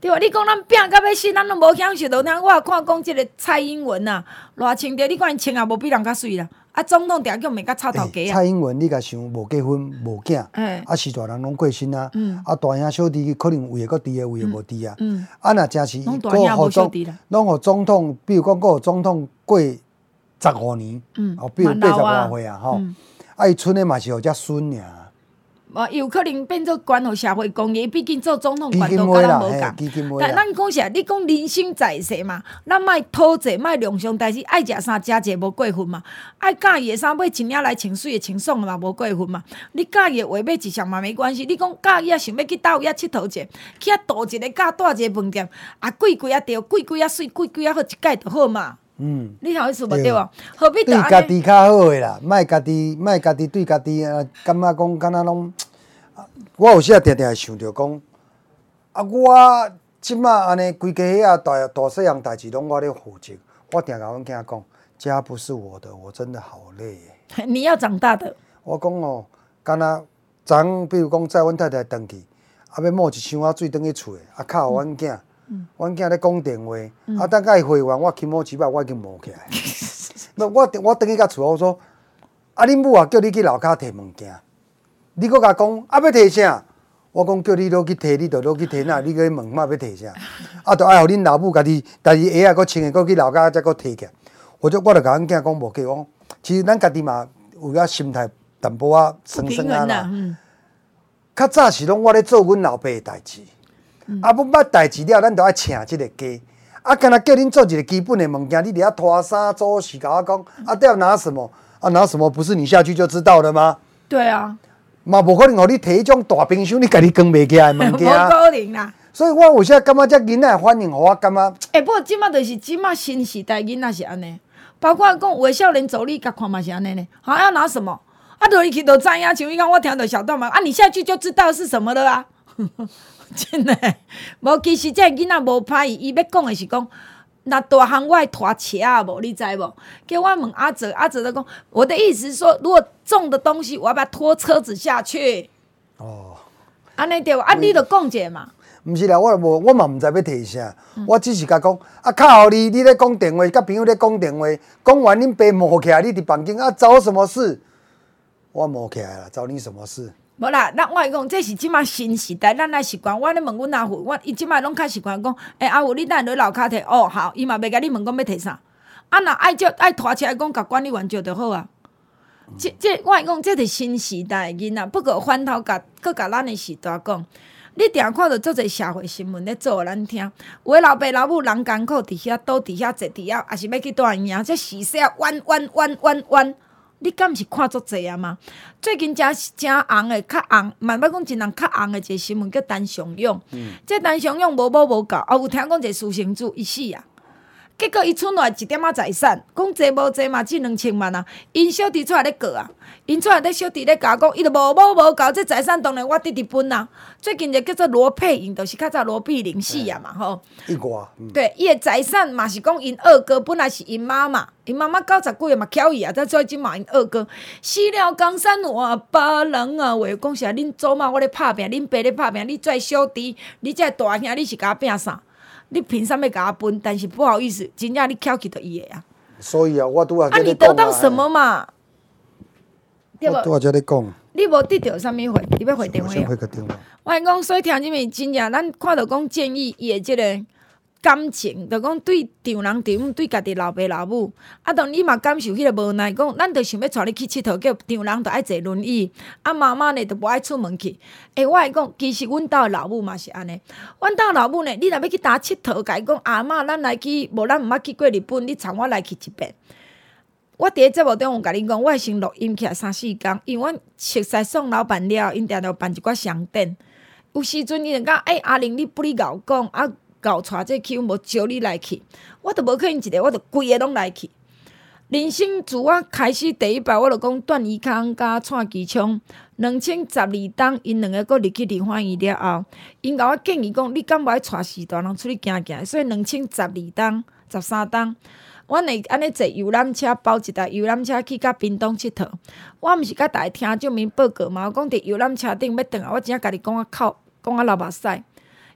对吧？你讲咱拼到要死，咱拢无享受到。听我看讲即个蔡英文啊，偌穿着，你看因穿也无比人较水啦。啊，总统定叫骂甲臭头家啊！ 蔡英文，你甲想无结婚无囝，啊，是大人拢过身啊，啊，大兄小弟可能位个伫诶，位个无伫啊。啊，若真是拢大兄无小弟啦， 拢互总统，比如讲，佫互总统过十五年，哦，比如八十外岁啊，吼，啊，伊剩诶嘛是互只孙尔。 哦，有可能变做关乎社会公益，毕竟做总统官都甲咱无共。但咱讲啥？你讲人生在世嘛，咱莫讨债，莫良伤代志，爱食啥食者无过分嘛。爱喜欢的衫买一领来穿水的穿爽嘛，无过分嘛。你喜欢的话买一项嘛没关系。你讲喜欢啊，想要去倒遐佚佗者，去遐倒一个假带一个饭店，啊贵贵啊对，贵贵啊水，贵贵啊好，一届就好嘛。嗯，你晓意思无对无？何必对家己较好诶啦，莫家己莫家己对家己啊，感觉讲敢若拢。我有时啊，定定会想着讲，啊，我即马安尼规家遐大大细样代志拢我咧负责。我定甲阮囝讲，家不是我的，我真的好累。 你要长大的。 我讲哦，敢若昨比如讲载阮太太转去，啊，要抹一箱仔水转去厝诶，啊，敲互阮囝，阮囝咧讲电话，啊，等甲伊回完，我起毛几摆，我已经摸起来。我我转去甲厝，我说，啊，恁母啊叫你去楼骹摕物件。你搁甲讲啊要摕啥？我讲叫你落去摕，你就落去摕哪？你搁问嘛要摕啥？啊，就爱互恁老母家己，家己鞋啊搁穿诶，搁去楼骹再搁摕起。我就我就甲阮囝讲无计，我讲其实咱家己嘛有影心态淡薄仔酸酸啊啦。较早是拢我咧做阮老爸诶代志，啊要捌代志了，咱就爱请即个家。啊，干那叫恁做一个基本诶物件，你伫遐拖衫做事，甲我讲啊，都要拿什么？啊，拿什么？不是你下去就知道了吗？ 对啊。 嘛无可能，互你摕迄种大冰箱，你家己装袂起来物件。无可能啦。 所以我有时感觉遮囡仔反应，互我感觉。 哎、欸，不过即马就是即马新时代囡仔是安尼，包括讲有的少年走，你甲看嘛是安尼呢。好、啊，要拿什么？啊，落去就知影，像伊讲我听到小段嘛，啊，你下去就知道是什么了啊。真诶，无其实这囡仔无歹意，伊要讲的是讲。那大汉我爱拖车啊，无你知无？叫我问阿哲，阿哲就讲，我的意思是说，如果重的东西，我要把它拖车子下去。哦，安尼对，啊，你就讲者嘛。 毋是啦，我无，我嘛毋知要摕啥，嗯、我只是甲讲，啊，靠你，你咧讲电话，甲朋友咧讲电话，讲完恁爸摸起来，你伫房间啊，找什么事？我摸起来了，找你什么事？ 无啦，咱我来讲，这是即马新时代，咱来习惯。我咧问阮阿父，我伊即马拢较习惯讲，诶、欸，阿父，你等下落楼骹摕，哦，好，伊嘛袂甲你问讲要摕啥。啊，若爱叫爱拖车，讲甲管理员招就好啊。嗯、这这，我来讲，这是新时代诶囡仔，不过翻头甲，搁甲咱诶时代讲，你定看到足侪社会新闻咧做互咱听。有诶老爸老母人艰苦，伫遐倒伫遐坐伫遐，也是要去住院，这死死啊，弯弯弯弯弯。你敢毋是看足济啊嘛？最近真真红诶，较红，慢慢讲真人较红诶一个新闻叫陈尚勇。嗯，这陈尚勇无某无教，啊有听讲一个私生子伊死啊，结果伊剩落一点仔财产，讲济无济嘛，只两千万啊。因小弟出来咧告啊，因出来咧小弟咧教讲，伊就无某无教，这财产当然我直直分啊。最近就叫做罗佩颖，就是较早罗碧玲死啊嘛吼。 一寡。嗯、对， 伊诶财产嘛是讲因二哥本来是因妈妈。因妈妈九十几岁嘛巧伊啊，再做即嘛因二哥死了江山换别人啊！话讲啥？恁祖妈我咧拍拼，恁爸咧拍拼，你这小弟，你这大兄，你是甲我拼啥？你凭啥物甲我分？但是不好意思，真正你巧去就伊个啊。 所以啊，我拄啊啊，你得到什么嘛？ 对无？我拄啊在咧讲。 你无得到啥物回？你要回电话？ 回个电话。 我讲，所以听即物真正，咱看到讲建议伊个即个。感情，就讲对丈人丈母，对家己老爸老母，啊，当你嘛感受迄个无奈，讲咱着想要带你去佚佗，叫丈人着爱坐轮椅，啊，妈妈呢着无爱出门去。诶、欸，我会讲，其实阮兜老母嘛是安尼，阮兜老母呢，你若要去搭佚佗，甲伊讲阿嬷，咱来去，无咱毋捌去过日本，你带我来去一遍。我伫咧节目中有甲恁讲，我会先录音起来三四工，因为阮熟悉宋老板了，因定定办一寡商店。有时阵伊就讲，诶、欸，阿玲，你不哩敖讲啊？搞带这去，无招你来去，我都无可能一个，我都规个拢来去。人生自我开始第一摆，我就讲段宜康甲蔡其昌，两千十二冬，因两个佫入去离婚院了后，因甲我建议讲，你敢无爱带四大人出去行行？所以两千十二冬、十三冬，阮会安尼坐游览车，包一台游览车去甲屏东佚佗。我毋是甲大家听证明报告嘛，我讲伫游览车顶要转来，我真正家己讲啊靠，讲啊流目屎。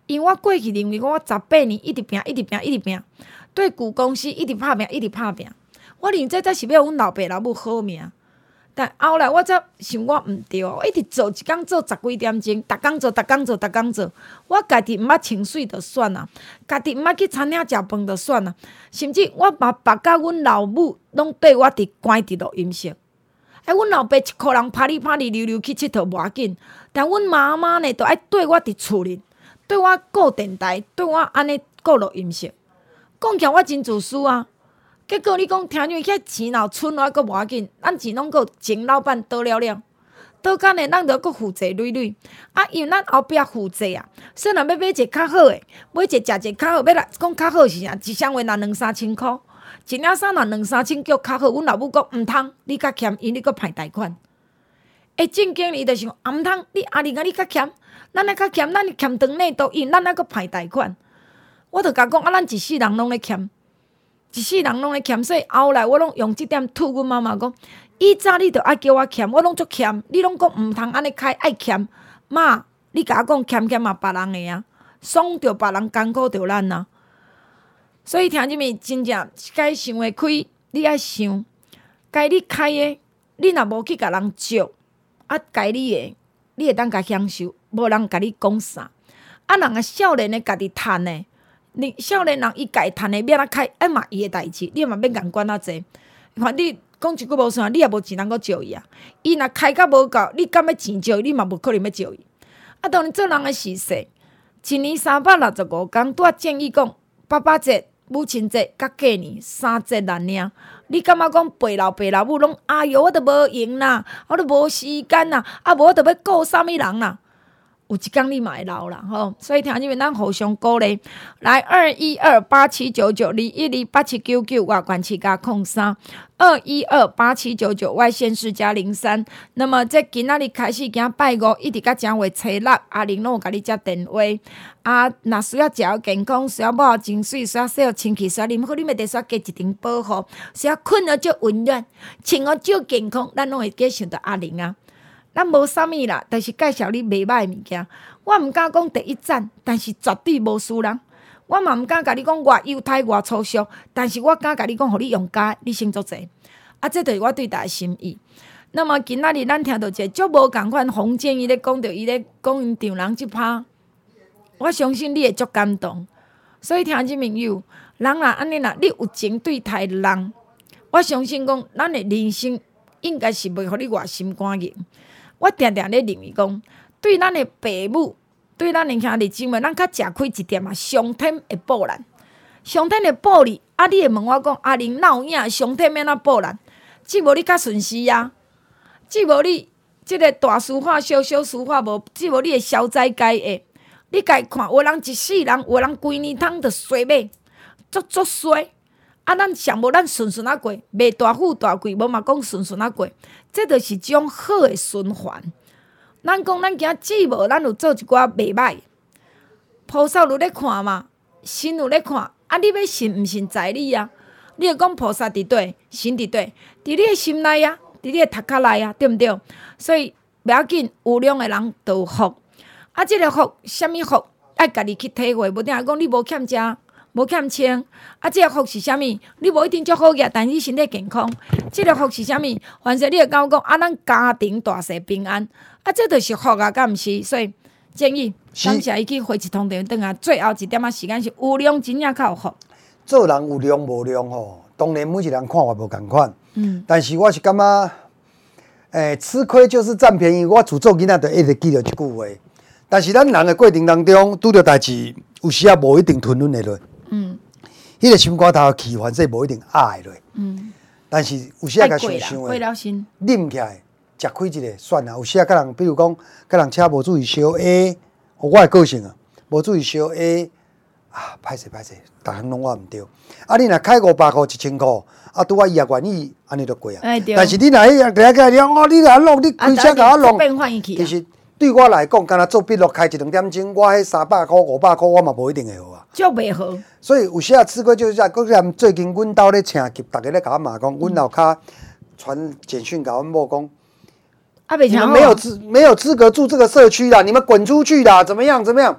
因为我过去认为讲我十八年一直拼，一直拼，一直拼，对旧公司一直拍拼，一直拍拼。我认为这才是要阮老爸老母好命。但后来我才想我毋对，我一直做，一工做十几点钟，逐工做，逐工做，逐工做。我家己毋捌清水就算啦，家己毋捌去餐厅食饭就算啦，甚至我嘛别甲阮老母拢缀我伫关伫录音室。哎，阮老爸一箍人拍哩拍哩溜溜去佚佗无要紧，但阮妈妈呢，就爱缀我伫厝里，缀我顾电台，缀我安尼顾录音室。讲起来我真自私啊。结果你讲，听见遐钱若剩我，阁无要紧，咱钱拢阁前老板倒了了，倒干呢，咱着阁负债累累。啊，因为咱后壁负债啊，说若要买一个较好诶，买一个食一个较好，要来讲较好是啥？一双话若两三千箍，一领衫若两三千叫较好。阮老母讲毋通，你较欠，因你阁排贷款。诶，正经伊就想啊，毋通，你阿玲啊，你较欠，咱爱较欠，咱欠长内都因，咱爱阁排贷款。我着甲讲啊，咱一世人拢咧欠。一世人拢咧欠，所以后来我拢用即点吐阮妈妈讲，以早你着爱叫我欠，我拢足欠，你拢讲毋通安尼开爱欠，妈，你甲我讲欠欠嘛别人诶啊，爽着别人，艰苦着咱啊。所以听入面真正该想会开，你爱想，该你开诶，你若无去甲人借，啊，该你诶，你会当甲享受，无人甲你讲啥。啊，人啊少年诶，家己趁诶。你少年人伊家趁的免啊开，哎嘛伊的代志，你嘛免共管啊济。反正讲一句无算，你也无钱通阁借伊啊。伊若开甲无够，你敢要钱借伊，你嘛无可能要借伊。啊，当然做人的时势，一年三百六十五天，拄啊建议讲，爸爸节、母亲节、甲过年三节难领。你感觉讲爸老爸老母拢哎哟，我都无闲啦，我都无时间啦，啊无我都要顾啥物人啦？有一天你嘛会老啦吼，所以听入面咱互相鼓励。来二一二八七九九二一二八七九九外关七加空三二一二八七九九外县市加零三。那么这今仔日开始行拜五，一直到正月初六，阿玲拢有甲你接电话。啊，若需要食好健康，需要抹好清水，需要洗好清气，需要啉好啉的茶，需要加一层保护，需要困了就温暖，穿了就健康，咱拢会记想到阿玲啊。咱无啥物啦，但是介绍你袂歹的物件。我毋敢讲第一赞，但是绝对无输人。我嘛毋敢甲你讲偌优待偌粗俗，但是我敢甲你讲，互你用家，你成足济。啊，这就是我对大家心意。那么今仔日咱听到一个足无共款，洪建伊咧讲到伊咧讲因丈人即拍，我相信你会足感动。所以听众朋友，人若安尼啦，你有情对待人，我相信讲咱的人生应该是袂互你偌心肝硬。我定定咧认为讲，对咱的爸母，对咱的兄弟姊妹，咱较食开一点啊，上天会保咱，上天会保你。啊，你会问我讲，阿玲哪有影？上天要怎保咱？只无你较顺时啊，只无你即个大事化小，小事化无，只无你会消灾解厄。你家看，有人一世人，有人规年通着衰买，足足衰。啊，咱上无咱顺顺啊过，袂大富大贵，无嘛讲顺顺啊过，这就是一种好的循环。咱讲咱今只无咱有做一寡袂歹，菩萨有咧看嘛，神有咧看，啊，你要信毋信在你啊？你会讲菩萨伫对，神伫对，伫你的心内啊，伫你的头壳内啊，对毋对？所以袂要紧，有量的人都有福。啊，即个福，啥物福？爱家己去体会，无定讲你无欠食。无欠穿，啊！即个福是啥物？你无一定足好个，但你身体健康。即个福是啥物？凡是你会甲我讲，啊，咱家庭大细平安，啊，这就是福啊，敢毋是？所以建议，感谢伊去回一通电话，转啊。最后一点仔时间是有量真正较有福。 做人有量无量吼，当然每一人看法无共款。嗯。但是我是感觉，诶、欸，吃亏就是占便宜。我自做囡仔就一直记着即句话。但是咱人的过程当中，拄着代志，有时啊无一定吞忍会落。嗯，迄个心肝头气反正无一定压会落。嗯，但是有时啊，甲想想诶，啉起来食开一个算啦。有时啊，甲人比如讲，甲人车无注意小 A， 我的个性啊，无注意小 A 啊，歹势歹势，逐项拢我毋对。啊，你若开五百箍、一千箍，啊，拄啊伊也愿意，安尼就过啊。但是你若迄个个个哦，你若弄，你开车甲我弄，其实对我来讲，敢若做笔录开一两点钟，我迄三百箍、五百箍，我嘛无一定会好啊。 足袂好。 所以有时啊，吃亏就是在。佮连最近阮兜咧请集，逐个咧甲我骂讲，阮老卡传简讯甲阮某讲， 啊，你们没有资没有资格住这个社区啦，你们滚出去啦，怎么样怎么样？其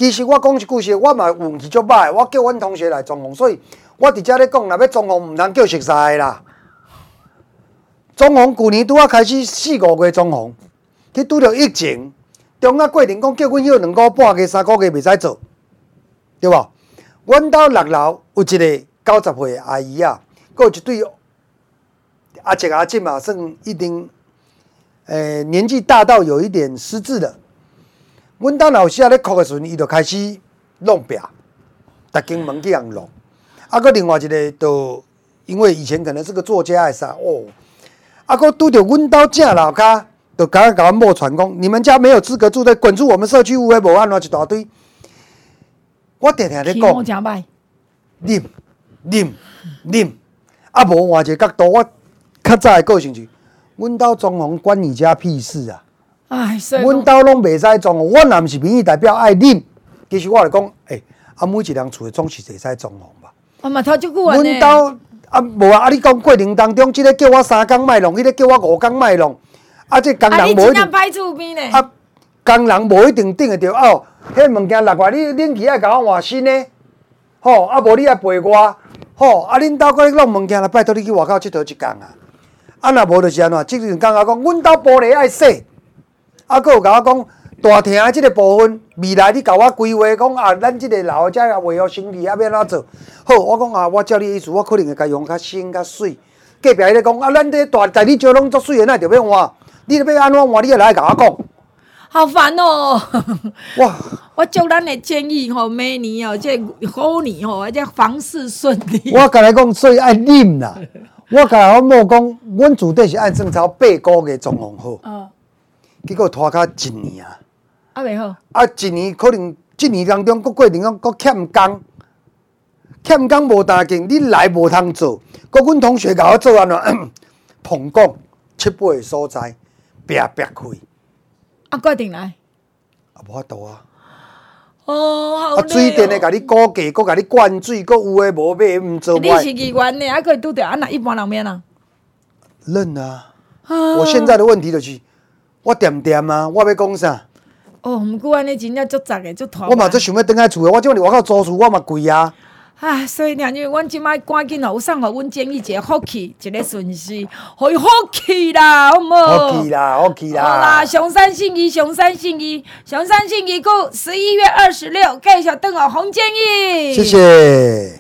其实我讲一句实，我嘛运气足歹，我叫阮同学来装潢，所以我伫遮咧讲，若要装潢，毋通叫熟识的啦。装潢旧年拄啊开始四五月装潢，去拄着疫情，中啊过程讲叫阮休两个半月、三个月袂使做，对无？阮兜六楼有一个九十岁的阿姨啊，佮有一对阿姐阿婶嘛，算一定，诶、呃、年纪大到有一点失智了。阮兜老师啊咧哭的时阵，伊就开始弄壁，逐间门去人弄。啊，佮另外一个就因为以前可能是个作家还是啥哦。啊，佮拄着阮兜正楼骹，就甲甲阮某传讲，你们家没有资格住的，滚出我们社区，有诶无安怎一大堆。我定定咧讲，啉啉啉，啊无换一个角度，我较早诶个性是，阮兜装潢关你家屁事啊！ 哎， 阮兜拢袂使装潢，我若毋是民意代表爱啉，其实我来讲，诶、欸，啊每一人厝总是会使装潢吧。 啊嘛，头足久安阮兜。啊，无啊！啊，你讲过程当中，即、这个叫我三工卖弄，迄、这个叫我五工卖弄，啊，这工人无一定。 歹厝边呢？ 啊，工人无一定顶会着哦。迄物件六月你恁去爱甲我换新的，吼，啊无你爱陪我，吼，啊恁兜搁咧弄物件啦，拜托你去外口佚佗一工啊。啊，若无就是安怎？即阵讲啊讲，阮兜玻璃爱洗，啊，搁有甲我讲大厅的即个部分，未来你甲我规划讲啊，咱即个老遮啊维护生意啊要安怎做？好，我讲啊，我照你意思，我可能会甲用较新较水。隔壁迄个讲啊，咱这大大理石拢足水的，那就要换。你要安怎换？你也来甲我讲。 好烦哦！ 哇！ 我祝咱的建议吼，明年哦，这好年吼，这房事顺利。 我甲你讲，所以爱啉啦。我甲阮某讲，阮厝底是按算超八个月装潢好， 嗯， 结果拖到一年啊。 啊，袂好。 啊，一年可能一年当中，佫过程中佫欠工。欠工无单劲，你来无通做，佮阮同学甲我做安怎？碰讲七八个所在，壁壁开。 啊，决定来。 啊，无法度啊。 哦，好累哦。 啊，水电的甲你估价，佮甲你灌水，佮有诶无买，毋做歹。你是议员呢，还可以拄着，啊那一般人免啊。 认啊！啊我现在的问题就是，我掂掂啊，我要讲啥？ 哦，毋过安尼真正足杂的，足拖。 我嘛足想要倒来厝的，我即伫外口租厝，我嘛贵啊。 啊，所以娘，因为阮即摆赶紧哦，有送互阮建议一个福气，一个顺势，互伊福气啦，好毋好？ 福气啦，福气啦！ 好啦，上山信义，上山信义，上山信义，佮十一月二十六继续等候洪建议。 谢谢。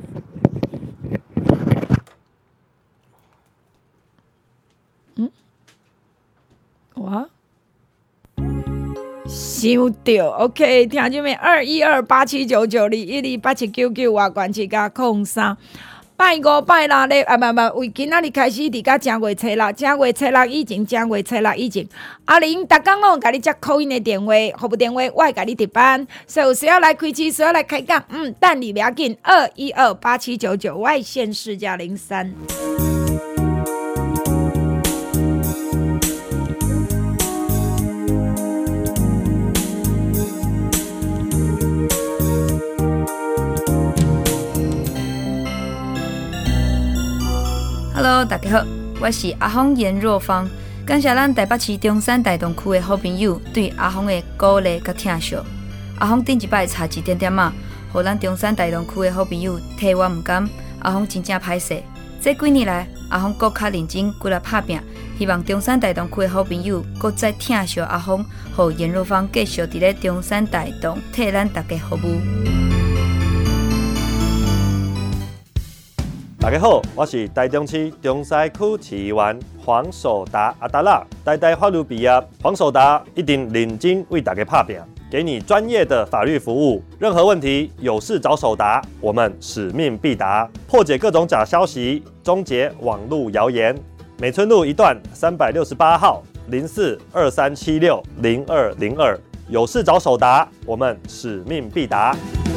嗯，哇。想到 ，OK， 听众们，二一二八七九九二一二八七九九外关七加空三，拜五拜六咧，啊，不不，为今仔日开始，伫甲正月初六，正月初六以前，正月初六以前，阿玲逐工拢甲你接call in的电话，服务电话，我会甲你值班，所以有需要来开机，需要来开讲，嗯，等你不要紧，二一二八七九九外线四加零三。 Hello， 大家好，我是阿芳颜若芳。感谢咱台北市中山大同区的好朋友对阿芳的鼓励甲疼惜。阿芳顶一摆差一点点啊，互咱中山大同区的好朋友替我唔甘，阿芳真正歹势。这几年来，阿芳搁较认真过来拍拼，希望中山大同区的好朋友搁再疼惜阿芳，互颜若芳继续伫咧中山大同替咱大家服务。 大家好，我是台中市中西区市议员黄守达阿达拉。台大法律毕业，黄守达一定认真为大家拍拼，给你专业的法律服务。任何问题有事找守达，我们使命必达，破解各种假消息，终结网络谣言。美村路一段三百六十八号零四二三七六零二零二，有事找守达，我们使命必达。